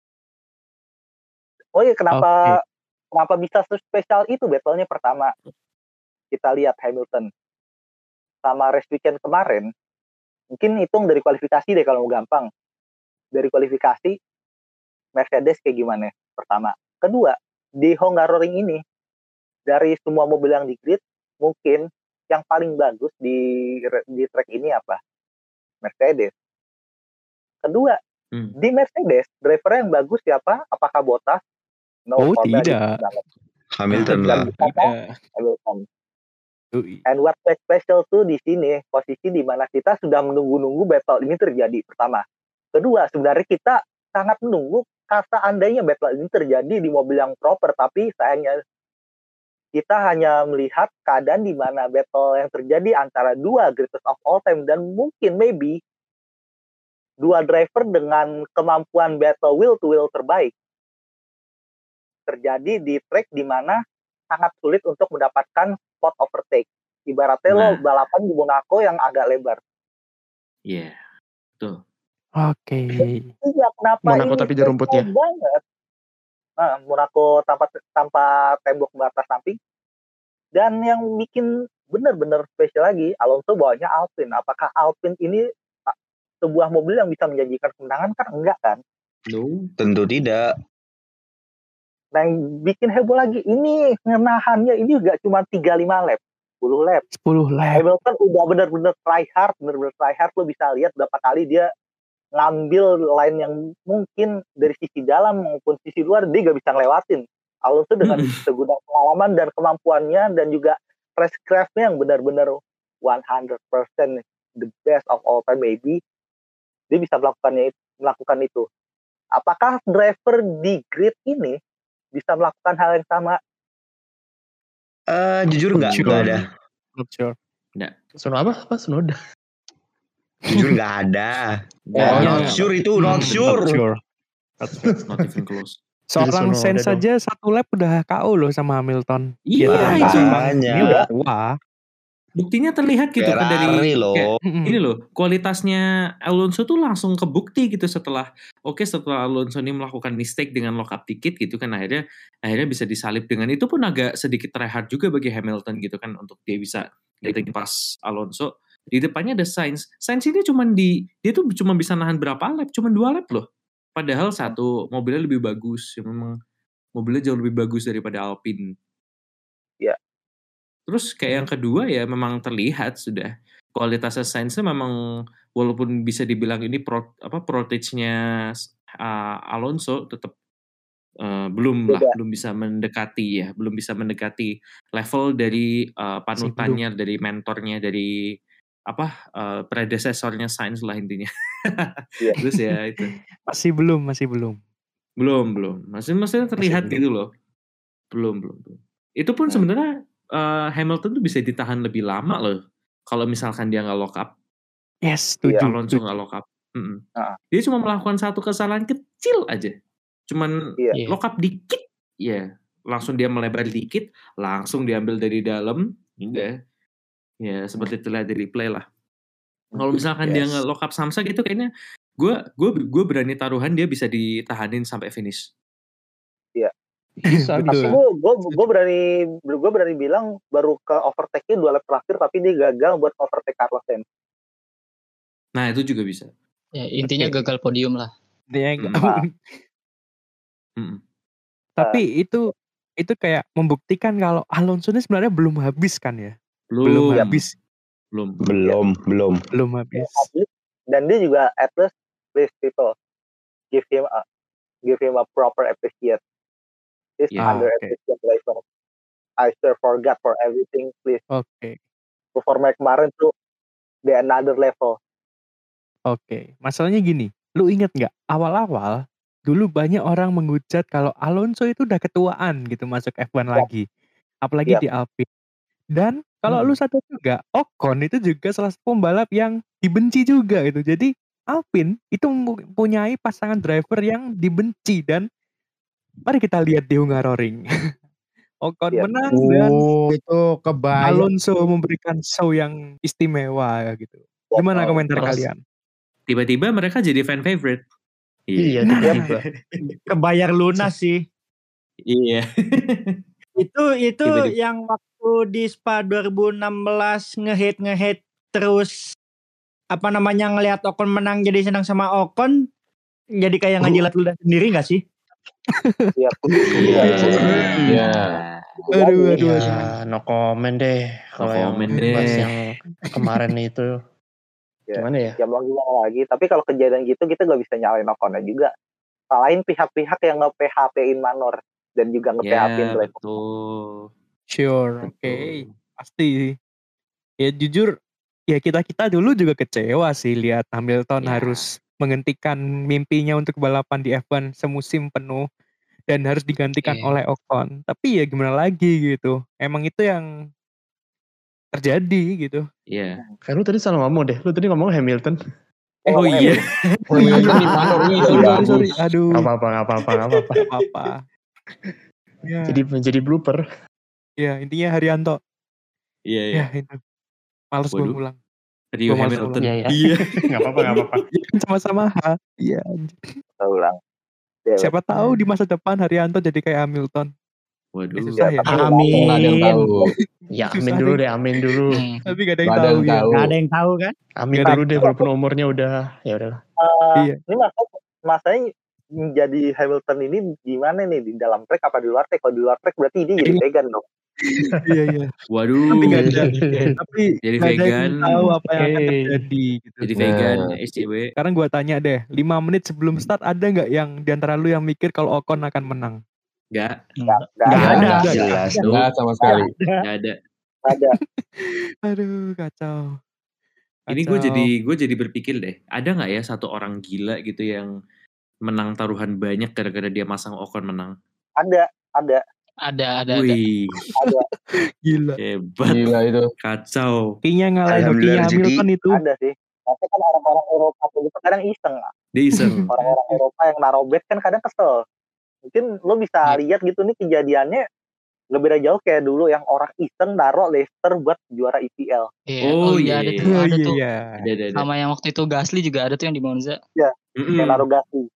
Oh iya, kenapa bisa spesial itu battle-nya? Pertama, kita lihat Hamilton sama race weekend kemarin, mungkin hitung dari kualifikasi deh kalau mau gampang. Dari kualifikasi, Mercedes kayak gimana? Pertama. Kedua, di Hungaroring ini, dari semua mobil yang di grid, mungkin yang paling bagus di track ini apa? Mercedes. Kedua, di Mercedes, driver yang bagus siapa? Apakah Bottas? No, tidak. Hamilton lah. Hamilton. And what special tuh di sini, posisi di mana kita sudah menunggu-nunggu battle ini terjadi, pertama. Kedua, sebenarnya kita sangat menunggu seandainya battle ini terjadi di mobil yang proper, tapi sayangnya kita hanya melihat keadaan di mana battle yang terjadi antara dua greatest of all time, dan mungkin maybe dua driver dengan kemampuan battle will to will terbaik terjadi di track di mana sangat sulit untuk mendapatkan spot overtake. Ibaratnya lo balapan di Monaco yang agak lebar. Iya, betul. Oke. Iya, kenapa Monaco ini tapi di rumput ya. spesial banget? Monaco tanpa tembok batas samping. Dan yang bikin benar-benar spesial lagi, Alonso bawanya Alpine. Apakah Alpine ini sebuah mobil yang bisa menjanjikan kemenangan? Kan enggak kan? No. Tentu tidak. Nah, yang bikin heboh lagi, ini ngenahannya ini enggak cuma 35 lap, 10 lap. 10 lap. Hamilton udah benar-benar try hard. Lo bisa lihat berapa kali dia ngambil line yang mungkin dari sisi dalam maupun sisi luar dia gak bisa ngelewatin. Alonso dengan segudang pengalaman dan kemampuannya dan juga racecraft-nya yang benar-benar 100% the best of all time maybe, dia bisa melakukan itu. Apakah driver di grid ini bisa melakukan hal yang sama? Jujur nggak ada. Not sure. Apa? Sonoda. Jujur nggak ada. Not sure itu, not sure. Not even close. Seorang Sainz saja 1 lap udah KO loh sama Hamilton. Iya, itu makanya. Ini udah tua. Buktinya terlihat gitu kan dari loh. Ini loh, kualitasnya Alonso tuh langsung kebukti gitu setelah Alonso ini melakukan mistake dengan lock up dikit gitu kan, akhirnya bisa disalip dengan itu pun agak sedikit try hard juga bagi Hamilton gitu kan untuk dia bisa getting pas Alonso. Di depannya ada Sainz ini dia tuh cuma bisa nahan berapa lap, cuma 2 lap loh. Padahal satu mobilnya lebih bagus, ya memang mobilnya jauh lebih bagus daripada Alpine. Ya. Terus kayak yang kedua ya memang terlihat sudah kualitasnya Sainz-nya memang walaupun bisa dibilang ini protege-nya Alonso tetap belum bisa mendekati level dari panutannya, dari mentornya, dari predesesornya Sainz lah intinya. Terus ya itu. Masih belum. Masih terlihat gitu loh. Belum. Itu pun sebenarnya Hamilton tuh bisa ditahan lebih lama loh. Kalau misalkan dia nggak lock up. Yes, setuju. Alonso nggak lock up. Dia cuma melakukan satu kesalahan kecil aja. Cuman lock up dikit, ya langsung dia melebar dikit, langsung diambil dari dalam, udah. Ya seperti terlihat di replay lah. Kalau misalkan dia nggak lock up Samsa gitu, kayaknya gue berani taruhan dia bisa ditahanin sampai finish. Iya. Bisa. Gue berani bilang baru ke overtake-nya 2 lap terakhir, tapi dia gagal buat overtake Carlos Sainz. Nah itu juga bisa. Ya, intinya gagal podium lah. Tapi itu kayak membuktikan kalau Alonso ini sebenarnya belum habis kan ya? Belum habis. Belum habis. Dan dia juga at least please people give him a proper appreciate. He's underappreciated driver. I still forgot for everything, please. Oke. Performa kemarin tuh di another level. Oke. Masalahnya gini, lu inget nggak awal-awal dulu banyak orang menghujat kalau Alonso itu udah ketuaan gitu masuk F1 lagi, apalagi di Alpine. Dan kalau lu sadar juga, Ocon itu juga salah satu pembalap yang dibenci juga gitu. Jadi Alpine itu mempunyai pasangan driver yang dibenci, dan mari kita lihat di Hungaroring. Ocon menang dan itu kebayang. Alonso memberikan show yang istimewa gitu. Gimana komentar kalian? Tiba-tiba mereka jadi fan favorite. Iya, tiba-tiba. Kebayar lunas sih. Iya. Itu yang waktu di Spa 2016 nge-hate terus ngelihat Ocon menang jadi senang sama Ocon, jadi kayak ngejilat ludah sendiri nggak sih? Iya. Aduh. No comment deh kalau yang kemarin itu. Gimana ya? Gimana lagi. Tapi kalau kejadian gitu kita nggak bisa nyalain Oconnya juga. Salahin pihak-pihak yang nge-PHP-in Manor dan juga nge-PHP-in driver. Betul. Sure, oke. Pasti. Ya jujur, ya kita dulu juga kecewa sih lihat Hamilton harus menghentikan mimpinya untuk balapan di F1 semusim penuh dan harus digantikan oleh Ocon. Tapi ya gimana lagi gitu. Emang itu yang terjadi gitu. Iya. Kayak lu tadi salah ngomong deh. Lu tadi ngomong Hamilton. Oh iya. Sorry. Aduh. Gak apa-apa. Ya. Jadi blooper. Ya intinya Haryanto. Iya. Ya itu. Males gue ngulang. Rio Gua malas Hamilton. Iya ya. Iya. Nggak apa-apa. Ya kan sama-sama H. Iya. Kita ulang. Dewek. Siapa tahu di masa depan Haryanto jadi kayak Hamilton. Waduh. Susah ya. tapi Nggak ada yang tahu. Ya Susah amin dulu deh. deh, amin dulu. Tapi gak ada yang Nggak ada tahu yang ya. tahu. Gak ada yang tahu kan? Amin Nggak ada dulu yang deh, tahu. walaupun umurnya udah ya udahlah. Iya. Ini masanya jadi Hamilton ini gimana nih, di dalam track apa di luar track? Kalau di luar track berarti dia jadi vegan dong. Iya. Waduh. Tapi nggak ada. Tapi Jadi nggak ada yang vegan. tahu apa yang akan Oke. terjadi gitu. Jadi vegan, Nah. SCW. Sekarang gua tanya deh, 5 menit sebelum start ada nggak yang diantara lu yang mikir kalau Ocon akan menang? Nggak Nggak Nggak ada. ada. Jelas tuh. Nggak sama sekali. nggak ada. Ada. Aduh, kacau. Ini gue jadi berpikir deh, ada nggak ya satu orang gila gitu yang menang taruhan banyak gara-gara dia masang Ocon menang? Ada. Ada. Wih, Gila. hebat, Gila itu. kacau. Hokinya ngalahin Alhamdulillah hokinya rezeki. Hamilton itu. Ada sih. Tapi kan orang-orang Eropa itu kadang iseng. Dia iseng. Orang-orang Eropa yang naruh bet kan kadang kesel. Mungkin lo bisa Iya. lihat gitu nih kejadiannya nggak beda jauh kayak dulu yang orang iseng naruh Leicester buat juara EPL. Iya. Oh, Iya, iya. ada tuh. Iya. Ada. Sama yang waktu itu Gasly juga ada tuh yang di Monza. Mm-mm. Yang naruh Gasly.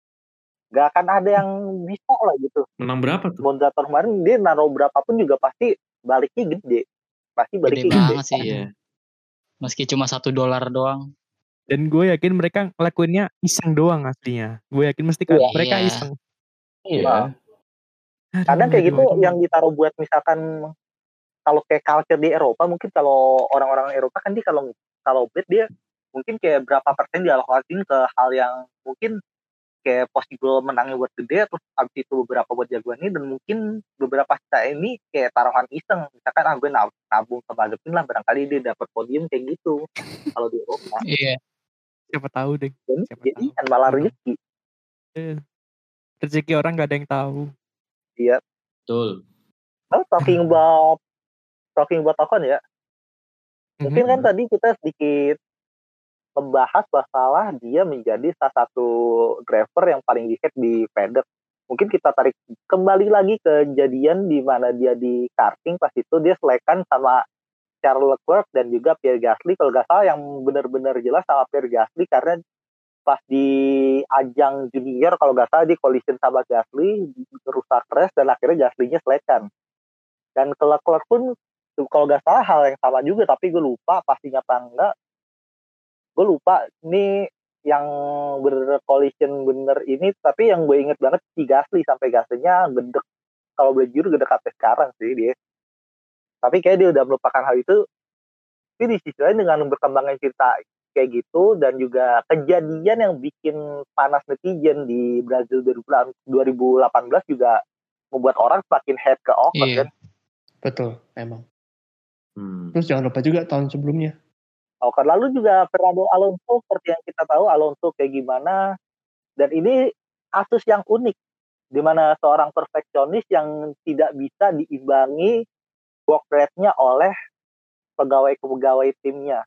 Gak akan ada yang bisa lah gitu. Menang berapa tuh? Monza tahun kemarin dia naruh berapapun juga pasti baliknya gede. Pasti Gede baliknya gede. banget sih. Iya. Meski cuma $1 doang. Dan gue yakin mereka ngelakuinnya iseng doang aslinya. Gue yakin mesti kan Iya. mereka Iya. iseng. Iya. Kadang kayak gitu Aduh. yang ditaruh buat misalkan kalau kayak culture di Eropa, mungkin kalau orang-orang Eropa kan dia kalau bet dia mungkin kayak berapa persen dialokasin ke hal yang mungkin kayak possible menangnya buat gede, terus abis itu beberapa buat jagoan ini, dan mungkin beberapa sisa ini kayak taruhan iseng, misalkan gue nabung ke Mazepin lah, barangkali dia dapat podium kayak gitu kalau di Eropa. Iya. Siapa tahu deh. Dan Siapa jadi tahu. kan malah rezeki. Rezeki orang gak ada yang tahu. Iya. Betul. Oh, talking about Ocon ya. Mungkin kan tadi kita sedikit membahas masalah dia menjadi salah satu driver yang paling di-hate di paddock. Mungkin kita tarik kembali lagi ke kejadian di mana dia di karting, pas itu dia selekan sama Charles Leclerc dan juga Pierre Gasly. Kalau nggak salah yang benar-benar jelas sama Pierre Gasly, karena pas di ajang junior kalau nggak salah di collision sama Gasly, rusak race dan akhirnya Gasly-nya selekan. Dan ke Leclerc pun kalau nggak salah hal yang sama juga, tapi gue lupa pastinya apa enggak. Gue lupa ini yang bener collision bener ini, tapi yang gue inget banget si Gasly, sampai Gasly-nya gedek, kalau boleh jujur gedek sampai sekarang sih dia. Tapi kayak dia udah melupakan hal itu. Tapi di sisi lain dengan berkembangnya cerita kayak gitu, dan juga kejadian yang bikin panas netizen di Brazil 2018 juga membuat orang semakin hate ke Ocon Iya. kan. Betul, emang. Terus jangan lupa juga tahun sebelumnya. Ocon lalu juga Fernando Alonso, seperti yang kita tahu Alonso kayak gimana. Dan ini kasus yang unik, di mana seorang perfeksionis yang tidak bisa diimbangi work rate-nya oleh pegawai-pegawai timnya.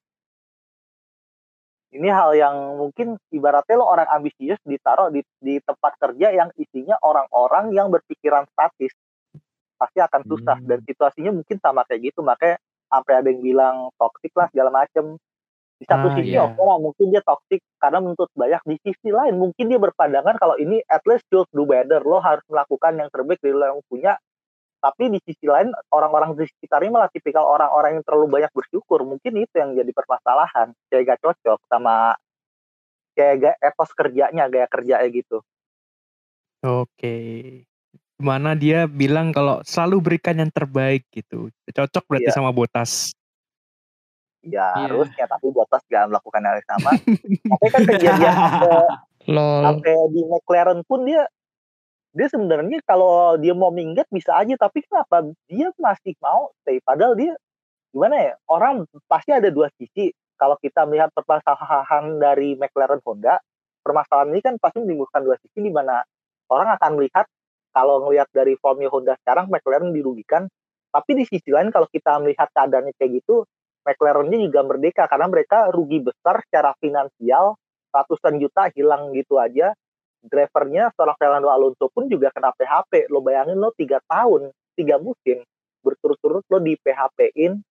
Ini hal yang mungkin ibaratnya lo orang ambisius ditaruh di tempat kerja yang isinya orang-orang yang berpikiran statis, pasti akan susah. Dan situasinya mungkin sama kayak gitu, makanya sampai ada yang bilang toksik lah segala macem. Di satu sisi iya. oke lah, mungkin dia toksik karena menuntut banyak. Di sisi lain mungkin dia berpandangan kalau ini at least should do better, lo harus melakukan yang terbaik dari lo yang punya. Tapi di sisi lain orang-orang di sekitarnya malah tipikal orang-orang yang terlalu banyak bersyukur. Mungkin itu yang jadi permasalahan, kayak gak cocok sama kayak gak etos kerjanya, gaya kerjanya gitu. Oke. Dimana dia bilang kalau selalu berikan yang terbaik gitu. Cocok berarti Iya. sama Bottas. Ya Iya. harusnya, tapi Bottas gak melakukan hal yang sama. Tapi kan kejadian sampai di McLaren pun dia sebenarnya kalau dia mau minggat bisa aja, tapi kenapa dia masih mau stay? Padahal dia gimana ya, orang pasti ada dua sisi. Kalau kita melihat permasalahan dari McLaren Honda, permasalahan ini kan pasti menimbulkan dua sisi, di mana orang akan melihat kalau ngelihat dari formnya Honda sekarang McLaren dirugikan, tapi di sisi lain kalau kita melihat keadaannya kayak gitu, McLaren-nya juga merdeka karena mereka rugi besar secara finansial, ratusan juta hilang gitu aja. Drivernya seorang Fernando Alonso pun juga kena PHP. Lo bayangin lo 3 tahun, 3 musim berturut-turut lo di PHP-in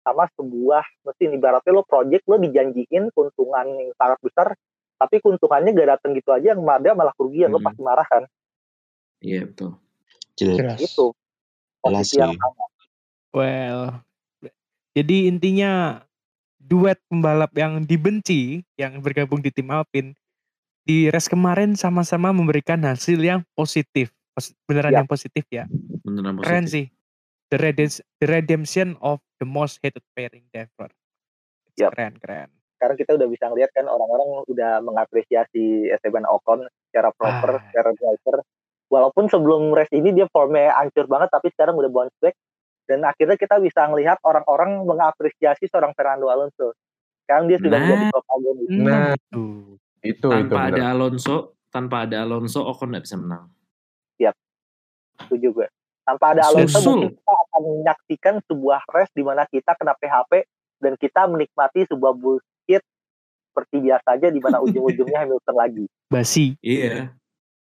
sama sebuah mesin. Ibaratnya lo project, lo dijanjiin keuntungan yang sangat besar, tapi keuntungannya gak datang gitu aja, yang ada malah kerugian, lo pasti marah kan. Iya betul. Jelas. Itu posisi yang sih. sama. Well, jadi intinya duet pembalap yang dibenci yang bergabung di tim Alpine di race kemarin sama-sama memberikan hasil yang positif. Beneran Ya. yang positif ya. Beneran Keren positif. sih. The redemption of the most hated pairing ever. Yap. Keren. Sekarang kita udah bisa ngeliat kan orang-orang udah mengapresiasi Esteban Ocon secara proper, secara driver. Walaupun sebelum race ini dia formnya hancur banget, tapi sekarang udah bounce back. Dan akhirnya kita bisa ngelihat orang-orang mengapresiasi seorang Fernando Alonso. Sekarang dia sudah menjadi protagonis. Nah, itu Tanpa ada Alonso, Ocon nggak bisa menang. Siap. Setuju gue. Tanpa ada Alonso mungkin kita akan menyaksikan sebuah race di mana kita kena PHP dan kita menikmati sebuah bullshit seperti biasa aja, di mana ujung-ujungnya Hamilton lagi. Basi. Iya.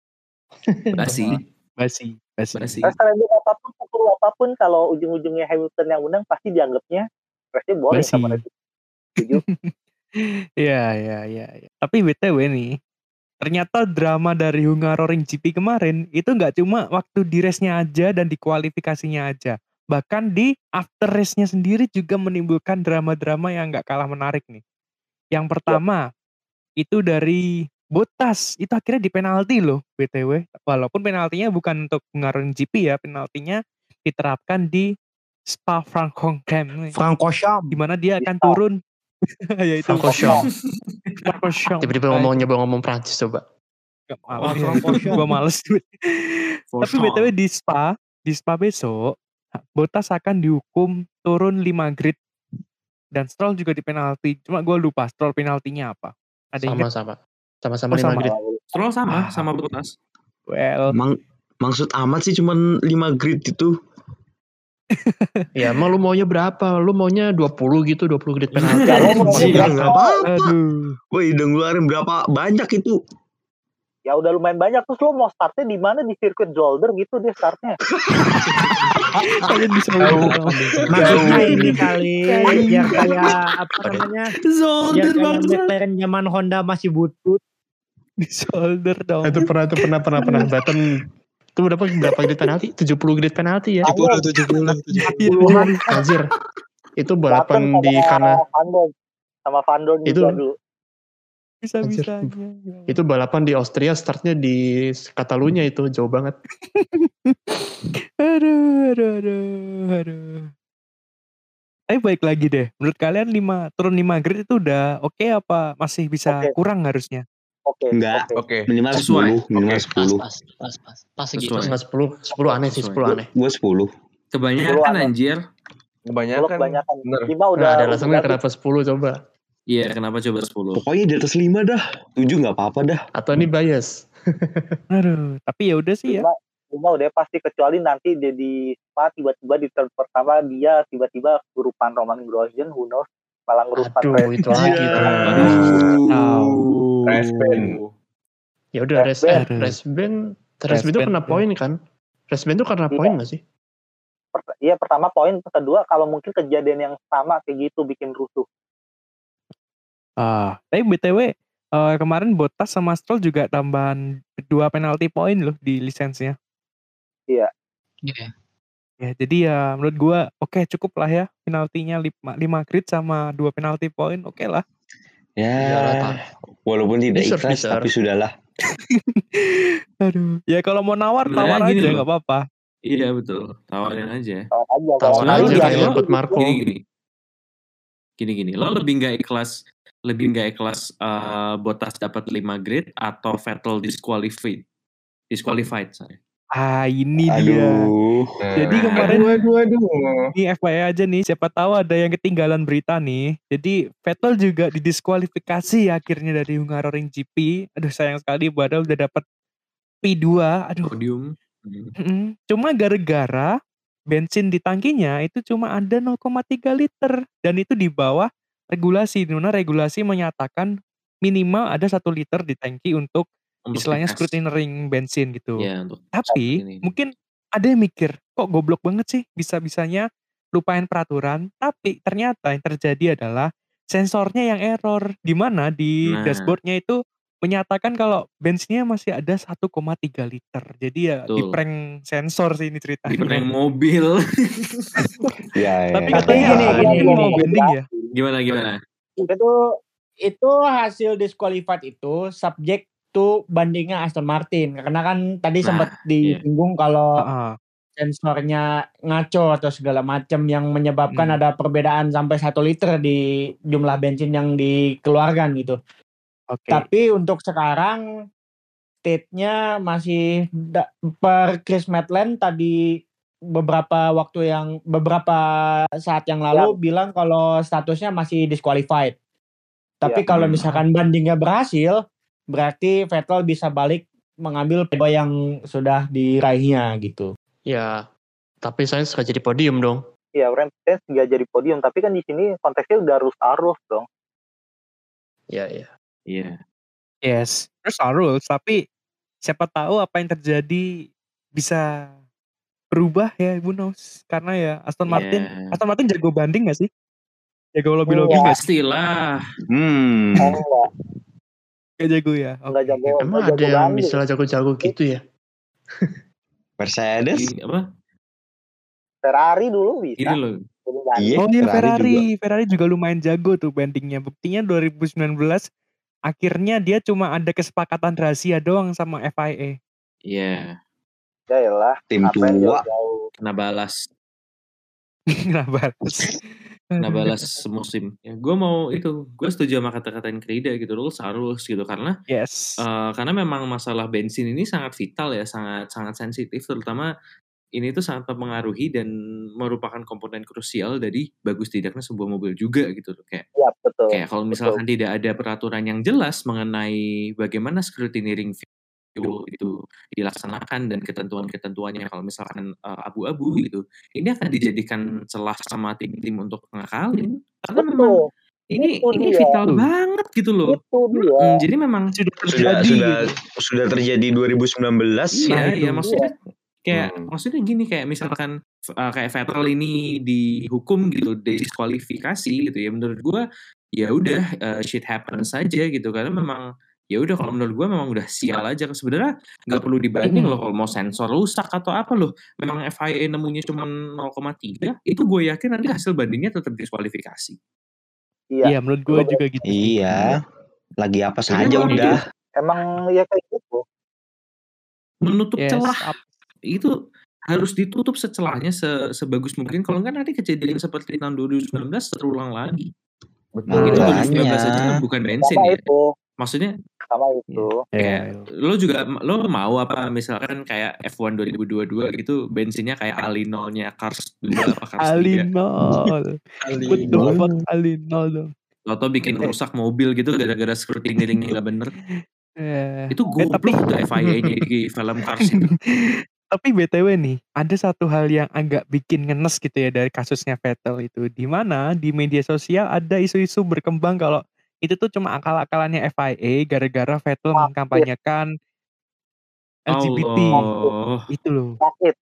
Basi. Restoran apapun kalau ujung-ujungnya Hamilton yang menang pasti dianggapnya race-nya boring sama Red Bull. Setuju? Iya. Tapi BTW nih, ternyata drama dari Hungaroring GP kemarin itu nggak cuma waktu di race-nya aja dan di kualifikasinya aja. Bahkan di after race-nya sendiri juga menimbulkan drama-drama yang nggak kalah menarik nih. Yang pertama, itu dari Bottas. Itu akhirnya di penalti loh, BTW. Walaupun penaltinya bukan untuk Hungaroring GP ya, penaltinya diterapkan di Spa-Francorchamps. Di mana dia akan turun. Ya itu Francorchamps. Tiba-tiba ngomong Prancis coba. Gue males. Tapi BTW di Spa besok Bottas akan dihukum turun 5 grid dan Stroll juga di penalti. Cuma gue lupa Stroll penaltinya apa. Ada Sama 5 grid. Stroll sama Bottas. Well, maksud amat sih cuman 5 grid itu. Ya emang lu maunya berapa? Lu maunya 20 gitu, 20 grid penalti. Enggak apa-apa. Aduh. Woi, udah ngeluarin berapa banyak itu? Ya udah lumayan banyak. Terus lo mau startnya di mana? Di sirkuit Zolder gitu dia startnya. Maksudnya ini kali biar kayak apa namanya? Zolder biar kayak McLaren zaman Honda masih butut. Di shoulder dong. Itu pernah Button. Itu berapa grid penalti? 70 grid penalti ya. 70. Anjir. Itu balapan di karena sama Van Dorn juga dulu. Bisa-bisanya. Itu balapan di Austria, startnya di Catalunya itu jauh banget. Aduh. Tapi baik lagi deh. Menurut kalian turun 5 grid itu udah oke apa masih bisa kurang harusnya? Enggak. Oke. Minimal 10. Pas segitu. 10 aneh sih, 10 aneh. Gue 10. Kebanyakan anjir. Kebanyakan. Bener. 5 udah. Nah, ada alasannya kenapa 10 coba. Iya, kenapa coba 10? Pokoknya di atas 5 dah. 7 gak apa-apa dah. Atau ini bias. Aduh, tapi ya udah sih ya. 5 udah pasti, kecuali nanti dia di Spa tiba-tiba di turn pertama dia tiba-tiba kerupan Roman Grosjean, who knows, malah ngerupan itu lagi. Race-ban. Ya udah race ban itu kena poin kan? Race ban itu karena poin nggak sih? Iya, pertama poin, kedua kalau mungkin kejadian yang sama kayak gitu bikin rusuh. Tapi BTW kemarin Bottas sama Stroll juga tambahan 2 penalti poin loh di lisensinya. Iya. Ya, jadi ya menurut gua oke, cukup lah ya penaltinya 5 grid sama 2 penalti poin, oke lah. Ya, walaupun tidak ikhlas tapi sudahlah. Aduh, ya kalau mau nawar aja nggak apa-apa. Iya betul, tawarin aja. Tawarin aja kayak ikut Marco. Gini, lo lebih nggak ikhlas Bottas dapat 5 grid atau Vettel disqualified saya. Ini dia. Jadi kemarin ini FYI aja nih, siapa tahu ada yang ketinggalan berita nih. Jadi Vettel juga didiskualifikasi akhirnya dari Hungaroring GP. Aduh, sayang sekali padahal udah dapat P2. Aduh. Podium. Cuma gara-gara bensin di tangkinya itu cuma ada 0,3 liter dan itu di bawah regulasi, di mana regulasi menyatakan minimal ada 1 liter di tangki untuk istilahnya scrutinering bensin gitu. Ya, tapi mungkin ada yang mikir, kok goblok banget sih bisa-bisanya lupain peraturan, tapi ternyata yang terjadi adalah sensornya yang error, di mana di Nah, dashboardnya itu menyatakan kalau bensinnya masih ada 1,3 liter. Jadi ya di betul. prank sensor sih ini Di prank ceritanya. mobil. Ya, Tapi Tapi katanya gini, ini gini. mau banding ya? Gimana? Itu hasil disqualified itu subject to bandingnya Aston Martin, karena kan tadi sempat disinggung kalau Heeh. sensornya ngaco atau segala macam yang menyebabkan ada perbedaan sampai 1 liter di jumlah bensin yang dikeluarkan gitu. Oke. Tapi untuk sekarang state-nya masih per Chris Maitland tadi beberapa saat yang lalu bilang kalau statusnya masih disqualified. Tapi kalau misalkan bandingnya berhasil, berarti Vettel bisa balik mengambil poin yang sudah diraihnya gitu. Ya, tapi Sainz gak jadi podium dong. Iya, Sainz gak jadi podium, tapi kan di sini konteksnya udah arus dong. Iya. Yes, rules, tapi siapa tahu apa yang terjadi bisa berubah ya, who knows. Karena ya Aston Martin jago banding gak sih? Jago lobby-lobby gak sih? Pastilah. Gak jago ya? Enggak jago. Emang ada yang misalnya jago-jago gitu ya? Mercedes? Apa? Ferrari dulu bisa. Ini loh. Iya, Ferrari juga lumayan jago tuh bandingnya. Buktinya 2019 akhirnya dia cuma ada kesepakatan rahasia doang sama FIA. Iya. Yaelah. Tim tua. Kena balas. Kena balas semusim. Ya, gue setuju sama kata-katain Krida gitu, rules harus gitu, karena karena memang masalah bensin ini sangat vital ya, sangat sensitif, terutama ini tuh sangat mempengaruhi dan merupakan komponen krusial dari bagus tidaknya sebuah mobil juga gitu loh. Kayak kalau misalkan tidak ada peraturan yang jelas mengenai bagaimana scrutineering fuel itu dilaksanakan dan ketentuan-ketentuannya kalau misalkan abu-abu gitu, ini akan dijadikan celah sama tim-tim untuk ngakalin karena memang ini vital banget gitu loh. Jadi memang sudah terjadi 2019. Iya, maksudnya maksudnya gini, kayak misalkan kayak Vettel ini dihukum gitu, diskualifikasi gitu ya, menurut gue ya udah shit happens saja gitu, karena memang ya udah, kalau menurut gue memang udah sial aja. Sebenarnya nggak perlu dibanding loh, kalau mau sensor rusak atau apa loh, memang FIA nemunya cuma 0,3 itu gue yakin nanti hasil bandingnya tetap diskualifikasi. Iya, menurut gue juga gitu. Iya, lagi apa saja udah. Emang ya kayak gitu. Menutup celah itu harus ditutup secelahnya sebagus mungkin, kalau enggak nanti kejadian seperti tahun 2019 terulang lagi. Betul. Itu 2019 aja bukan bensin sama ya. Itu. Maksudnya sama itu. Kayak lo mau apa misalkan kayak F1 2022 gitu bensinnya kayak Alinolnya Cars 2 apa Cars 3. Alinol. Betul, Alinol dong. Lo bikin rusak mobil gitu gara-gara scrutineering nggak bener. Itu goblok tuh FIA-nya di film Cars itu. Tapi BTW nih, ada satu hal yang agak bikin ngenes gitu ya dari kasusnya Vettel itu. Di mana di media sosial ada isu-isu berkembang kalau itu tuh cuma akal-akalannya FIA gara-gara Vettel mengkampanyekan LGBT. Itu loh.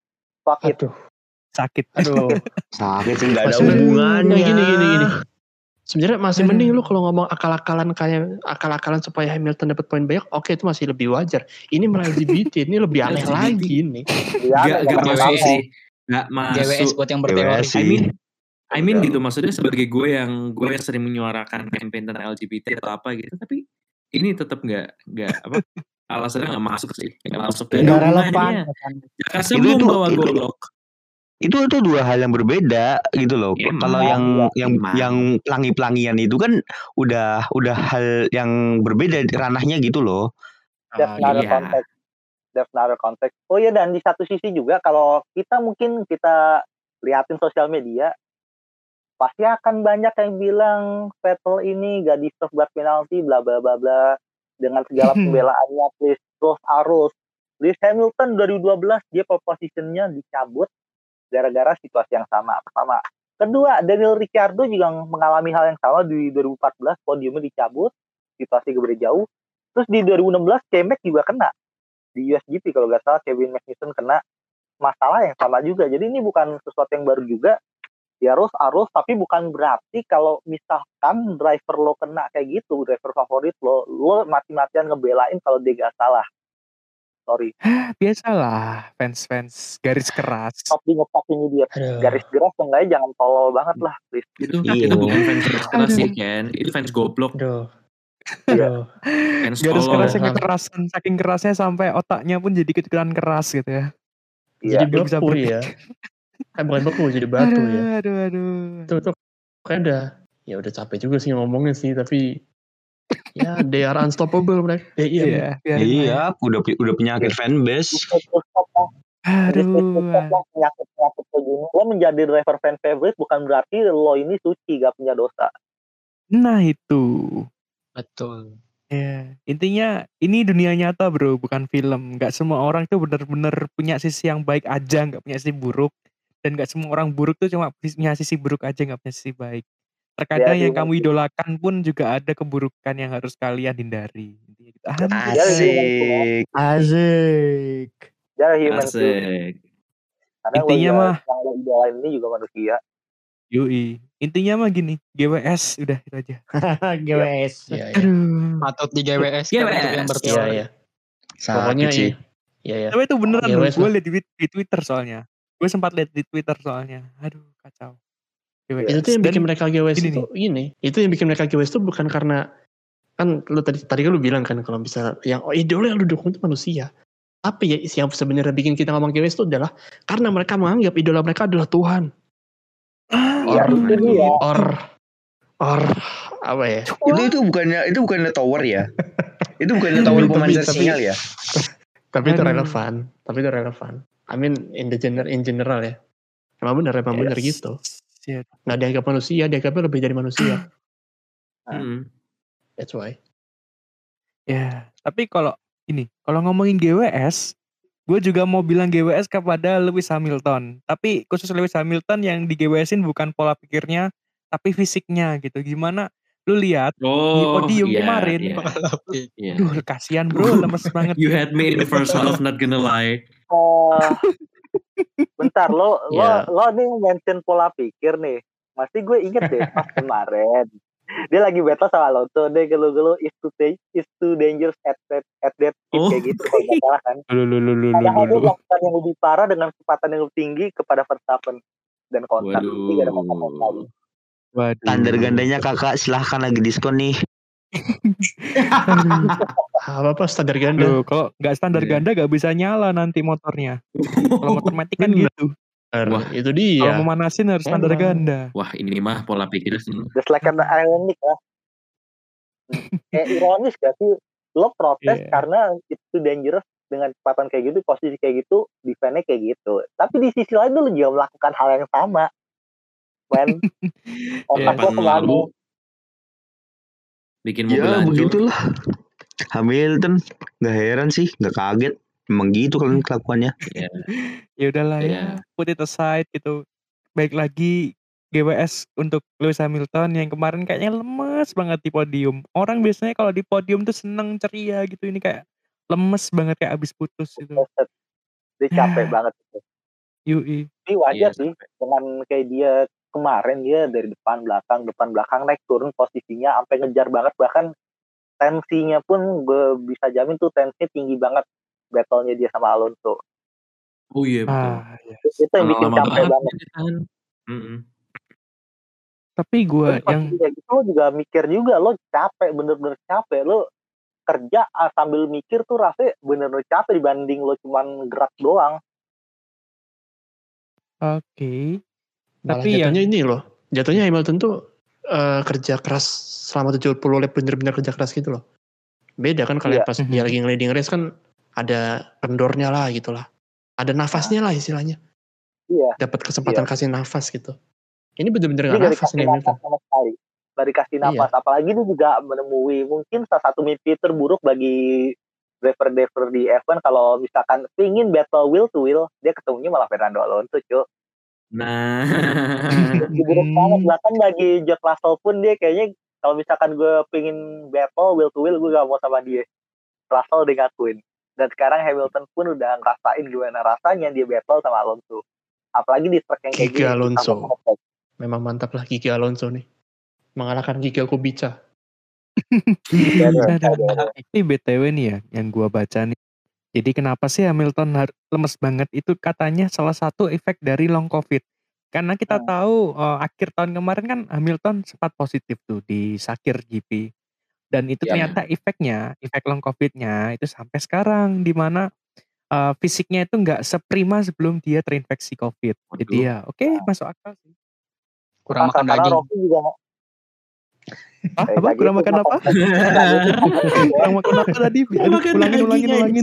Sakit. Sakit sih, nggak ada hubungannya. Gini. Sebenarnya masih mending lu kalau ngomong akal-akalan supaya Hamilton dapat poin banyak, oke, itu masih lebih wajar. Ini malah LGBT, ini lebih aneh lagi nih. Gak masuk sih. Gak masuk. GWS buat yang berteori. I mean gitu, maksudnya sebagai gue yang sering menyuarakan campaign tentang LGBT atau apa gitu, tapi ini tetap nggak apa alasannya nggak masuk sih, nggak masuk. Nggak relevan. Sebelum bawa golok. Itu dua hal yang berbeda gitu loh. Kalau yang pelangi-pelangian itu kan udah hal yang berbeda ranahnya gitu loh. That's another context. Oh ya, dan di satu sisi juga kalau kita liatin sosial media, pasti akan banyak yang bilang Vettel ini gak deserve buat penalti bla bla bla bla dengan segala pembelaannya, please terus arus. Lewis Hamilton 2012 dia pole positionnya dicabut gara-gara situasi yang sama. Pertama. Kedua, Daniel Ricciardo juga mengalami hal yang sama di 2014, podiumnya dicabut, situasi berbeda jauh. Terus di 2016, K-Max juga kena. Di USGP kalau nggak salah, Kevin Magnussen kena masalah yang sama juga. Jadi ini bukan sesuatu yang baru juga. Ya harus tapi bukan berarti kalau misalkan driver lo kena kayak gitu, driver favorit lo mati-matian ngebelain kalau dia gak salah. Sorry. Biasalah fans garis keras. Stop di ngepak ini dia. Garis keras enggaknya jangan tolol banget lah, please. Itu bukan fans garis keras sih, Ken. Itu fans goblok. Fans garis kerasnya kekerasan, saking kerasnya sampai otaknya pun jadi ikutan keras gitu ya. Jadi beku ya. Bukan beku, jadi batu ya. Aduh. Itu kayak udah capek juga sih ngomongnya sih, tapi ya they are unstoppable mereka. Iya, udah penyakit fanbase. Aduh. Penyakit kayak gini. Lo menjadi driver fan favorite bukan berarti lo ini suci gak punya dosa. Nah itu. Betul. Ya, intinya ini dunia nyata bro, bukan film. Gak semua orang tuh benar-benar punya sisi yang baik aja, gak punya sisi buruk. Dan gak semua orang buruk tuh cuma punya sisi buruk aja, gak punya sisi baik. Terkadang yang kamu idolakan pun juga ada keburukan yang harus kalian hindari. Asik. Intinya mah yang lo idolain ini juga manusia. Yui. Intinya mah gini, GWS udah itu aja. GWS. Aduh. Patut di GWS untuk yang berteori. Iya. Pokoknya sih. Iya. Tapi itu beneran loh, gue liat di Twitter soalnya. Gue sempat lihat di Twitter soalnya. Aduh, kacau. GWS. Itu tuh yang bikin mereka GWS itu ini. Itu yang bikin mereka GWS itu bukan karena kan lu tadi kan lu bilang kan kalau bisa yang idola yang lu dukung itu manusia. Apa ya yang sebenarnya bikin kita ngomong GWS itu adalah karena mereka menganggap idola mereka adalah Tuhan. Or apa ya? Itu bukannya tower ya? Itu bukannya tower pemancar sinyal ya? Tapi itu relevan. I mean in general ya. Emang bener gitu. Nggak dianggap manusia, dianggapnya lebih dari manusia. That's why. Ya, tapi kalau ngomongin GWS, gue juga mau bilang GWS kepada Lewis Hamilton. Tapi khusus Lewis Hamilton yang di GWS-in bukan pola pikirnya, tapi fisiknya gitu. Gimana lu lihat di podium kemarin. Duh, kasihan bro, lemes banget. You had me in the first half, not gonna lie. Bentar, lo nih mention pola pikir nih. Masih gue inget deh pas kemarin. Dia lagi battle sama Alonso, dia gelo-gelo is too dangerous at that kayak gitu kalau nggak salah kan. Padahal dia melakukan yang lebih parah dengan kecepatan yang lebih tinggi kepada Verstappen dan kontak. Tidak ada kontak lagi. Standar gandanya kakak silahkan lagi diskon nih. Apa standar ganda? Loh, kalau nggak standar ganda nggak bisa nyala nanti motornya. Kalau motor matic kan gitu. Wah, itu dia. Kalau memanasin harus standar ganda. Wah, ini mah pola pikirnya. Just like an ironic lah. Ironis gak sih? Lo protes karena itu dangerous dengan kecepatan kayak gitu, posisi kayak gitu, defense-nya kayak gitu. Tapi di sisi lain lo juga melakukan hal yang sama. Otak lo kemana? Bikin mobil hancur. Begitulah. Hamilton, gak heran sih, gak kaget. Emang gitu kan kelakuannya. Ya udahlah ya, put it aside gitu. Baik lagi GWS untuk Lewis Hamilton yang kemarin kayaknya lemes banget di podium. Orang biasanya kalau di podium tuh seneng ceria gitu, ini kayak lemes banget kayak abis putus gitu. Dia capek banget itu. Yui. Tapi wajar sih dengan kayak dia kemarin, dia dari depan belakang naik turun posisinya sampai ngejar banget, bahkan tensinya pun gue bisa jamin tuh tensinya tinggi banget battle-nya dia sama Alonso. Oh iya betul. Itu yang bikin capek banget. Tapi gue yang itu lo juga mikir juga, lo capek, bener-bener capek, lo kerja sambil mikir tuh rasanya bener-bener capek dibanding lo cuman gerak doang. Oke. Tapi jatuhnya ini loh, jatuhnya Hamilton tuh kerja keras selama 70 lap, bener-bener kerja keras gitu loh. Beda kan kalau pas dia lagi nge-leading race kan ada kendornya lah gitu lah. Ada nafasnya lah istilahnya. Iya. Dapat kesempatan kasih nafas gitu. Ini bener-bener gak nafas nih Hamilton. Dari kasih nafas. Apalagi dia juga menemui mungkin salah satu mimpi terburuk bagi driver-driver di F1 kalau misalkan ingin battle wheel to wheel, dia ketemunya malah Fernando Alonso, cuy. Nah. Buruk banget. Bahkan bagi George Russell pun dia kayaknya kalau misalkan gue pengen battle wheel to wheel, gue gak mau sama dia. Russell dia ngakuin. Dan sekarang Hamilton pun udah ngerasain gimana rasanya dia battle sama Alonso. Apalagi di track yang kayak gini. Alonso. Memang mantap lah Gigi Alonso nih. Mengalahkan Gigi Kubica. Ini BTW nih ya, yang gua baca nih. Jadi kenapa sih Hamilton lemes banget itu katanya salah satu efek dari long COVID. Karena kita tahu akhir tahun kemarin kan Hamilton sempat positif tuh di Sakir GP. Dan itu ternyata efek long COVID-nya itu sampai sekarang di mana fisiknya itu nggak seprima sebelum dia terinfeksi COVID. Jadi ya masuk akal sih. Kurang makan daging. Apa? Kurang makan apa? Kurang makan apa tadi? Ulangin.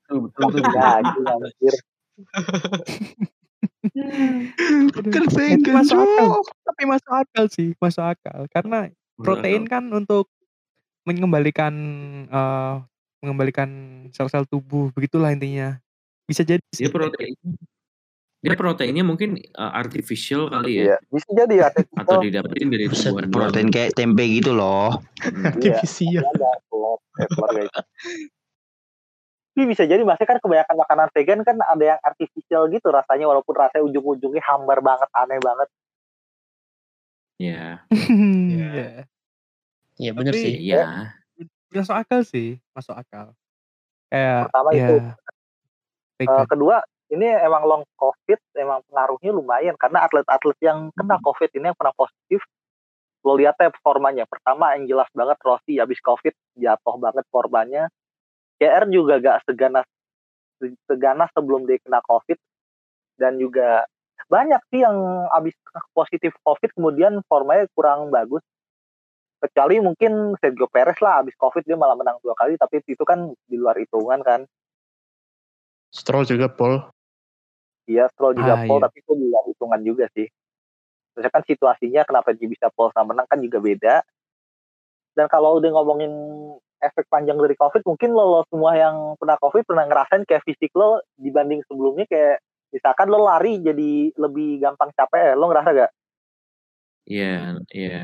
Tapi masuk akal sih, masuk akal. Karena protein kan untuk mengembalikan sel-sel tubuh, begitulah intinya. Bisa jadi sih. Dia proteinnya mungkin artificial kali ya. Iya, bisa jadi atau didapetin dari tumbuhan. Protein kayak tempe gitu loh. Artificial. Ini bisa jadi maksudnya kan kebanyakan makanan vegan kan ada yang artificial gitu rasanya, walaupun rasanya ujung-ujungnya hambar banget, aneh banget. Iya. Iya benar sih. Iya. Masuk akal sih, masuk akal. Kayak pertama itu. Kedua, ini emang long COVID, emang pengaruhnya lumayan karena atlet-atlet yang kena COVID ini yang pernah positif, lo lihat ya performanya. Pertama yang jelas banget Rossi habis COVID jatuh banget formanya. KR juga gak seganas sebelum dia kena COVID, dan juga banyak sih yang habis positif COVID kemudian formanya kurang bagus. Kecuali mungkin Sergio Perez lah, habis COVID dia malah menang 2 kali, tapi itu kan di luar hitungan kan. Stroll juga Paul. Iya, Stroll juga Paul, tapi itu di luar hitungan juga sih. Terus kan situasinya kenapa dia bisa Paul sama menang kan juga beda. Dan kalau udah ngomongin efek panjang dari COVID, mungkin lo semua yang pernah COVID pernah ngerasain kayak fisik lo dibanding sebelumnya, kayak misalkan lo lari jadi lebih gampang capek, lo ngerasa gak? Iya.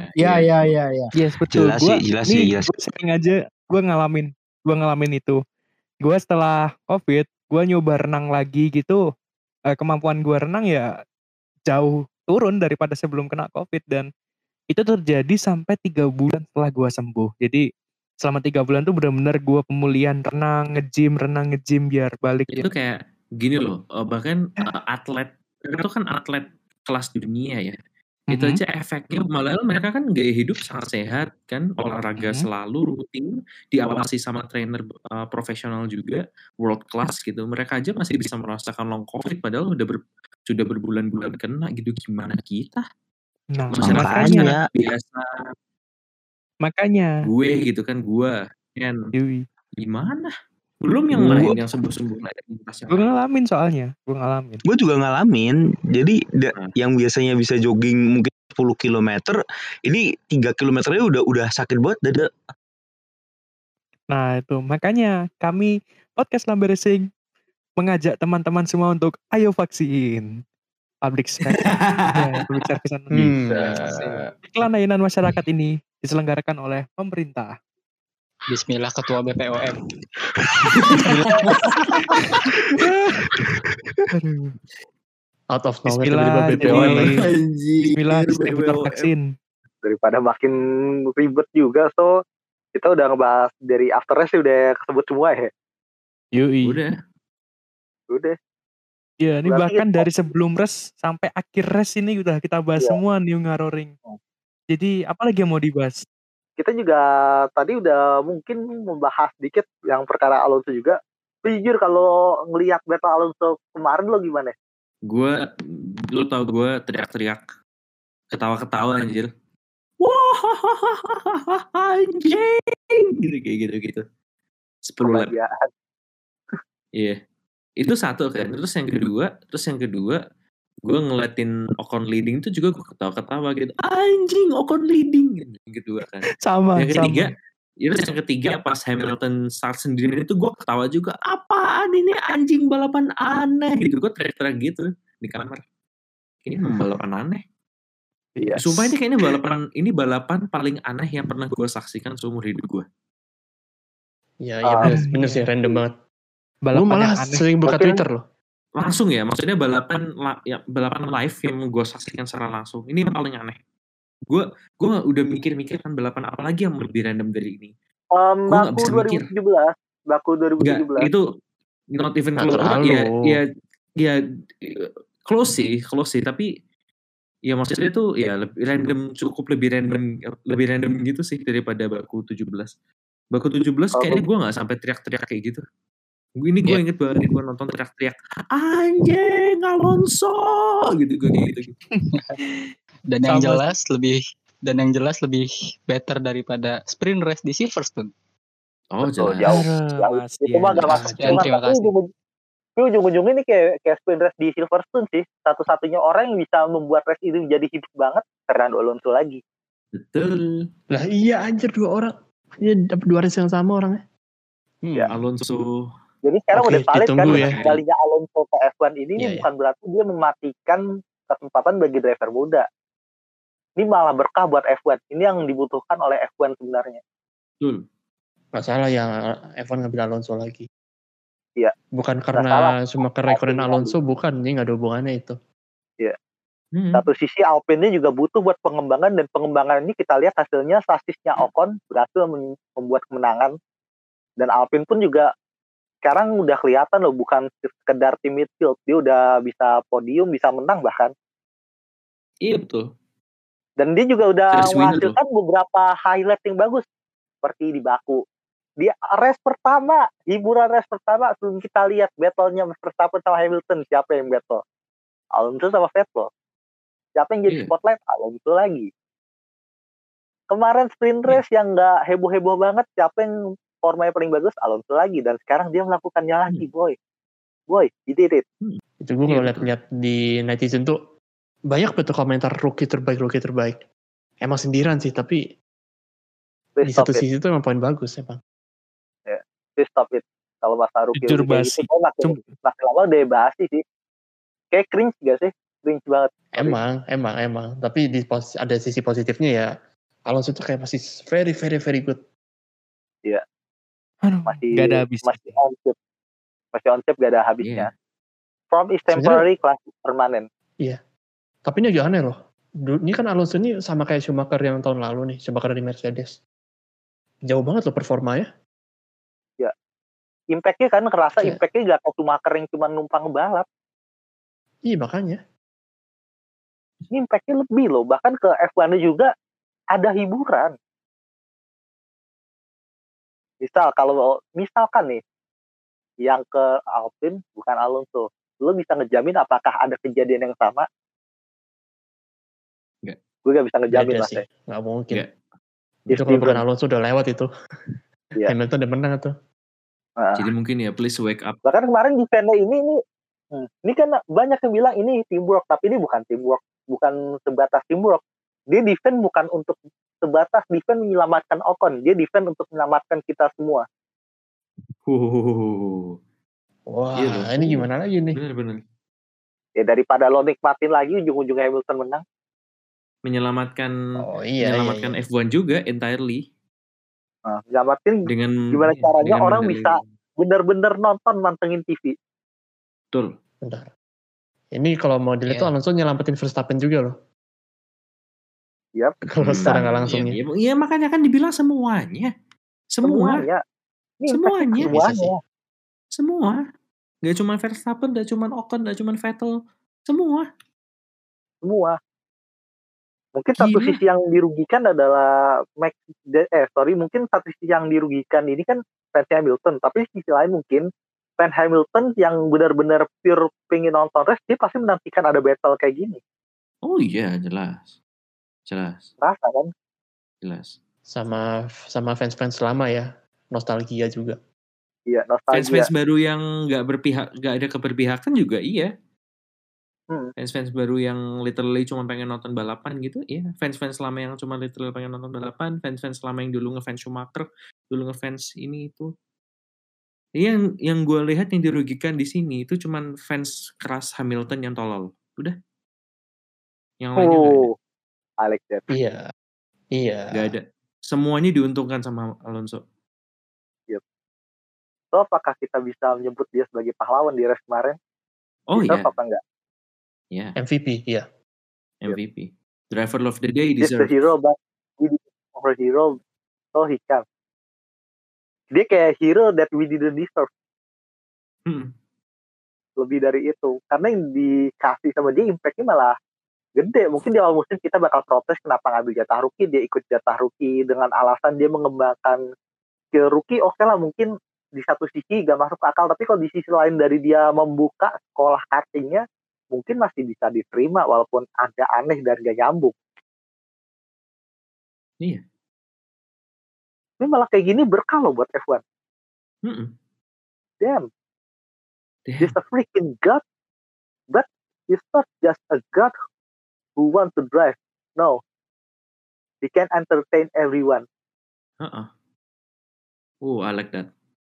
Yes, betul. Jelas sih. Sering aja gue ngalamin itu. Gue setelah COVID, gue nyoba renang lagi gitu. Kemampuan gue renang ya jauh turun daripada sebelum kena COVID, dan itu terjadi sampai 3 bulan setelah gue sembuh. Jadi selama 3 bulan tuh benar-benar gue pemulihan, renang nge-gym biar balik. Itu kayak gini loh, bahkan atlet itu kan atlet kelas dunia ya. Itu aja efeknya, malah mereka kan gaya hidup sangat sehat kan, olahraga selalu rutin, diawasi sama trainer profesional juga, world class gitu. Mereka aja masih bisa merasakan long COVID padahal sudah berbulan-bulan kena gitu. Gimana kita? Nah, makanya biasa. Makanya gue gitu kan, gimana? Belum yang lain yang sembuh-sembuh lagi. Gue ngalamin soalnya. Gue juga ngalamin. Jadi yang biasanya bisa jogging mungkin 10 km, ini 3 km aja udah sakit banget dada. Nah itu makanya kami podcast Lambe Racing mengajak teman-teman semua untuk ayo vaksin. Public service. Iklan layanan masyarakat ini diselenggarakan oleh pemerintah. Bismillah Ketua BPOM. Out of nowhere BPOM. Bismillah distributor vaksin. Daripada makin ribet juga, so kita udah ngebahas dari after race udah kesebut semua ya. Yui. Udah. Ya, ini bahkan dari sebelum race sampai akhir race ini udah kita bahas semua nih Hungaroring. Jadi apa lagi yang mau dibahas? Kita juga tadi udah mungkin membahas dikit yang perkara Alonso juga. Jujur kalau ngelihat battle Alonso kemarin lo gimana? Lo tau gue teriak-teriak, ketawa-ketawa anjir. Wah, anjing, gitu. 10 lap. Iya, itu satu kan. Terus yang kedua, gue ngeliatin Ocon leading itu juga gue ketawa-ketawa gitu. Anjing, Ocon leading gitu kan. Sama. Yang ketiga pas Hamilton start sendiri itu gue ketawa juga. Apaan ini anjing, balapan aneh gitu. Gue teriak-teriak gitu di kamar. Ini balapan aneh. Yes. Sumpah ini kayaknya balapan paling aneh yang pernah gue saksikan seumur hidup gue. Iya bener sih, random banget. Gue malah sering buka mungkin, Twitter loh. langsung ya, maksudnya balapan live yang gue saksikan secara langsung. Ini yang paling aneh. Gue udah mikir-mikir kan balapan apa lagi yang lebih random dari ini. Gue nggak bisa mikir. Baku 2017. Enggak, itu not even close. Ya close sih, tapi ya maksudnya itu ya lebih random, cukup lebih random gitu sih daripada Baku 17. Baku 17 kayaknya gue nggak sampai teriak-teriak kayak gitu. Ini gue inget banget gue nonton teriak-teriak anjing Alonso gitu gue gitu. Dan yang jelas lebih better daripada sprint race di Silverstone. Oh betul, jelas. Jauh. Itu mah gak masuk. Terima kasih. Tapi ujung-ujungnya ini kayak sprint race di Silverstone sih. Satu-satunya orang yang bisa membuat race itu jadi hidup banget Fernando Alonso lagi. Betul. Lah iya anjir 2 orang. Dia dapat 2 race yang sama orangnya. Ya. Alonso. Jadi sekarang udah valid kan kembalinya Alonso ke F1 ini bukan berarti dia mematikan kesempatan bagi driver muda. Ini malah berkah buat F1. Ini yang dibutuhkan oleh F1 sebenarnya. Betul. Gak salah yang F1 ngambil Alonso lagi. Iya. Bukan karena cuma kerekonan Alonso, bukan. Ini gak ada hubungannya itu. Iya. Satu sisi Alpine juga butuh buat pengembangan, dan pengembangan ini kita lihat hasilnya sasisnya Ocon berhasil membuat kemenangan. Dan Alpine pun juga sekarang udah kelihatan loh, bukan sekedar tim midfield, dia udah bisa podium, bisa menang bahkan. Iya betul. Dan dia juga udah menghasilkan beberapa highlight yang bagus, seperti di Baku. Di race pertama, hiburan race pertama, sebelum kita lihat battle-nya Verstappen sama Hamilton, siapa yang battle? Alonso sama Vettel. Siapa yang jadi spotlight? Alonso lagi. Kemarin sprint race yang gak heboh-heboh banget, siapa yang formanya paling bagus? Alonso lagi. Dan sekarang dia melakukannya lagi, boy, he did it. Itu gue kalau lihat di netizen tuh banyak betul komentar rookie terbaik. Emang sindiran sih, tapi di satu sisi itu emang poin bagus emang. Ya, stop it. Kalau masa rookie jujur basi. Makin lama udah basi sih. Kayak cringe gak sih? Cringe banget. Emang. Tapi ada sisi positifnya ya. Alonso itu kayak masih very very very good. Iya. Masih gak ada habisnya. Masih on chip gak ada habisnya. From is temporary, classic permanen. Iya. Tapi ini agak aneh loh. Ini kan Alonso ini sama kayak Schumacher yang tahun lalu nih, Schumacher dari Mercedes. Jauh banget loh performanya. Ya. Impact-nya kan kerasa, impact-nya gak kayak Schumacher yang cuma numpang balap. Iya makanya. Ini impact-nya lebih loh. Bahkan ke F1 juga ada hiburan. Misalkan nih, yang ke Alpine bukan Alonso, lo bisa ngejamin apakah ada kejadian yang sama? Enggak. Gue gak bisa ngejamin lah. Gak mungkin. Itu kalau bukan Alonso udah lewat itu. Yeah. Hamilton udah menang tuh. Jadi mungkin ya please wake up. Bahkan kemarin di event ini kan banyak yang bilang ini teamwork, tapi ini bukan teamwork, bukan sebatas teamwork. Dia defend bukan untuk sebatas defend menyelamatkan Ocon, dia defend untuk menyelamatkan kita semua. Wah, ini gimana lagi nih? Benar. Ya daripada lo nikmatin lagi ujung-ujungnya Hamilton menang. Menyelamatkan iya. F1 juga entirely. Menyelamatin dengan gimana caranya orang bisa benar-benar nonton mantengin TV. Betul. Bentar. Ini kalau mau dilihat tuh Alonso nyelamatin Verstappen juga loh. Yap. Kalau secara nggak langsungnya. Iya makanya kan dibilang semuanya. Semua. Gak cuma Verstappen, gak cuma Ocon, gak cuma Vettel. Semua. Mungkin satu sisi yang dirugikan adalah mungkin satu sisi yang dirugikan ini kan fans Hamilton, tapi sisi lain mungkin fan Hamilton yang benar-benar pure pengen nonton race, dia pasti menantikan ada battle kayak gini. Oh iya, jelas. Rasa kan? Jelas. Sama fans-fans lama ya, nostalgia juga. Iya, nostalgia. Fans-fans baru yang nggak ada keberpihakan juga iya. Fans-fans baru yang literally cuma pengen nonton balapan gitu, iya. Fans-fans lama yang cuma literally pengen nonton balapan, fans-fans lama yang dulu ngefans Schumacher, dulu ngefans ini itu. Yang gue lihat yang dirugikan di sini itu cuma fans keras Hamilton yang tolol. Udah. Yang lainnya nggak ada. Alex ya. Iya. Nggak ada. Semuanya diuntungkan sama Alonso. Yep. So, apakah kita bisa menyebut dia sebagai pahlawan di race kemarin? Oh deserve ya. apa enggak? Ya, MVP, iya. MVP. Driver of the day He's the deserve. hero, but we didn't over hero, so he can. Dia kayak hero that we didn't deserve. Lebih dari itu. Karena yang dikasih sama dia impact-nya malah gede. Mungkin di awal musim kita bakal protes kenapa ngambil jatah rookie. Dia ikut jatah rookie dengan alasan dia mengembangkan ke rookie. Oke lah, mungkin di satu sisi gak masuk akal. Tapi kalau di sisi lain dari dia membuka sekolah kartingnya, mungkin masih bisa diterima walaupun agak aneh dan gak nyambung. Iya. Ini malah kayak gini berkah loh buat F1. Damn. He's a freaking god. But he's not just a god who wants to drive. No. He can entertain everyone. I like that.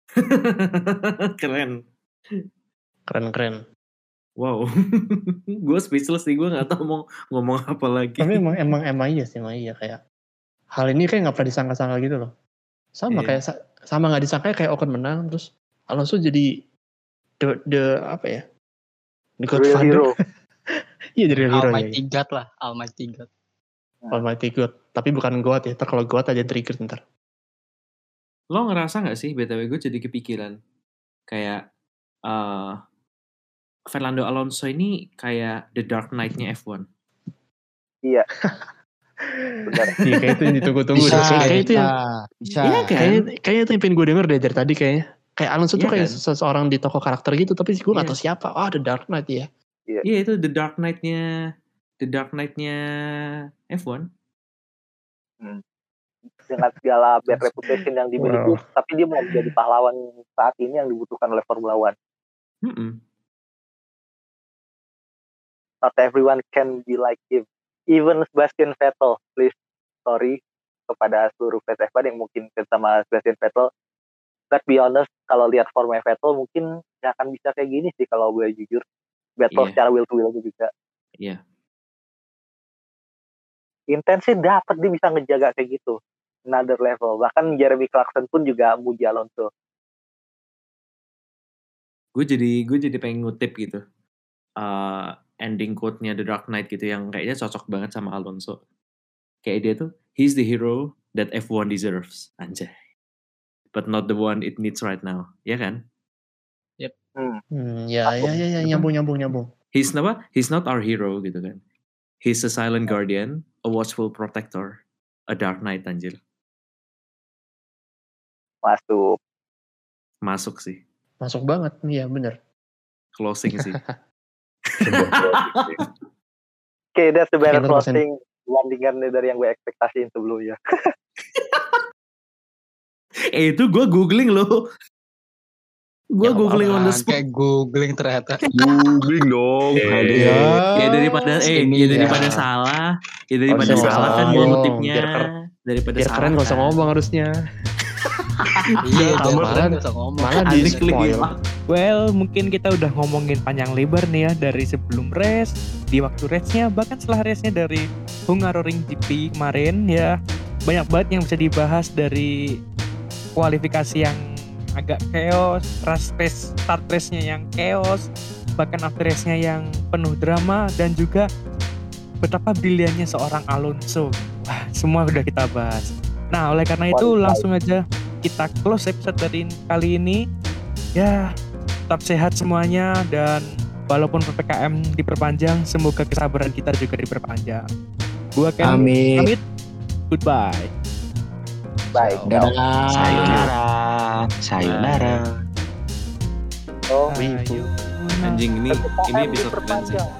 Keren. Keren. Wow. Gue speechless sih, gue gak tahu mau ngomong apa lagi. Tapi emang iya sih, kayak hal ini kayak gak pernah disangka-sangka gitu loh. Sama kayak sama gak disangka kayak Ocon menang terus Alonso jadi the apa ya? The Godfather. Iya, jadi hero. Almighty God lah, Almighty God. Almighty God. Tapi bukan God ya, kalau God aja trigger ntar. Lo ngerasa gak sih, BTW gue jadi kepikiran kayak Fernando Alonso ini kayak The Dark Knight-nya F1. Iya. Benar. Iya, kayak itu yang ditunggu-tunggu. Kayak itu yang bisa. Iya kan? Kayaknya itu yang pengen gue denger dari tadi kayaknya. Kayak Alonso tuh kayak kan? seseorang di toko karakter gitu, tapi gue gak tahu siapa. The Dark Knight ya. Iya, itu The Dark Knight-nya F1. Dengan segala bad reputation yang dimiliki, tapi dia mau menjadi pahlawan saat ini yang dibutuhkan oleh Formula One. Not everyone can be like him. Even Sebastian Vettel, please, sorry kepada seluruh fans F1 yang mungkin sama Sebastian Vettel. But be honest, kalau lihat formnya Vettel mungkin gak akan bisa kayak gini sih kalau gue jujur. Vettel secara will to will juga. Iya. Intensnya dapat, dia bisa ngejaga kayak gitu. Another level. Bahkan Jeremy Clarkson pun juga muji Alonso. Gue jadi pengen ngutip gitu. Ending quote-nya The Dark Knight gitu yang kayaknya cocok banget sama Alonso. Kayak dia tuh, he's the hero that F1 deserves. Anjay. But not the one it needs right now. Ya kan? Yep. Ya, nyambung. He's not our hero gitu kan. He's a silent guardian, a watchful protector, a dark knight, anjir. Masuk sih. Masuk banget, iya bener. Closing sih. Okay, that's the better closing dibandingkan dari yang gue ekspektasiin sebelumnya. Itu gue googling loh. Gue googling on the spot. Kayak googling ternyata. Googling dong. Ya daripada salah. Ya daripada salah kan gue ngutipnya. Daripada salah. Keren gak usah ngomong harusnya. Iya, keren gak usah ngomong. Malah di spoil. Well, mungkin kita udah ngomongin panjang lebar nih ya, dari sebelum race, di waktu race-nya, bahkan setelah race-nya dari Hungaroring GP kemarin ya. Banyak banget yang bisa dibahas, dari kualifikasi yang agak chaos, start race-nya yang chaos, bahkan after race-nya yang penuh drama, dan juga betapa briliannya seorang Alonso. Wah, semua udah kita bahas. Nah, oleh karena itu langsung aja kita close episode dari kali ini. Ya, tetap sehat semuanya, dan walaupun PPKM diperpanjang, semoga kesabaran kita juga diperpanjang. Gua Ken pamit. Goodbye. Bye. Sayonara. Oh, anjing, ini episode panjang.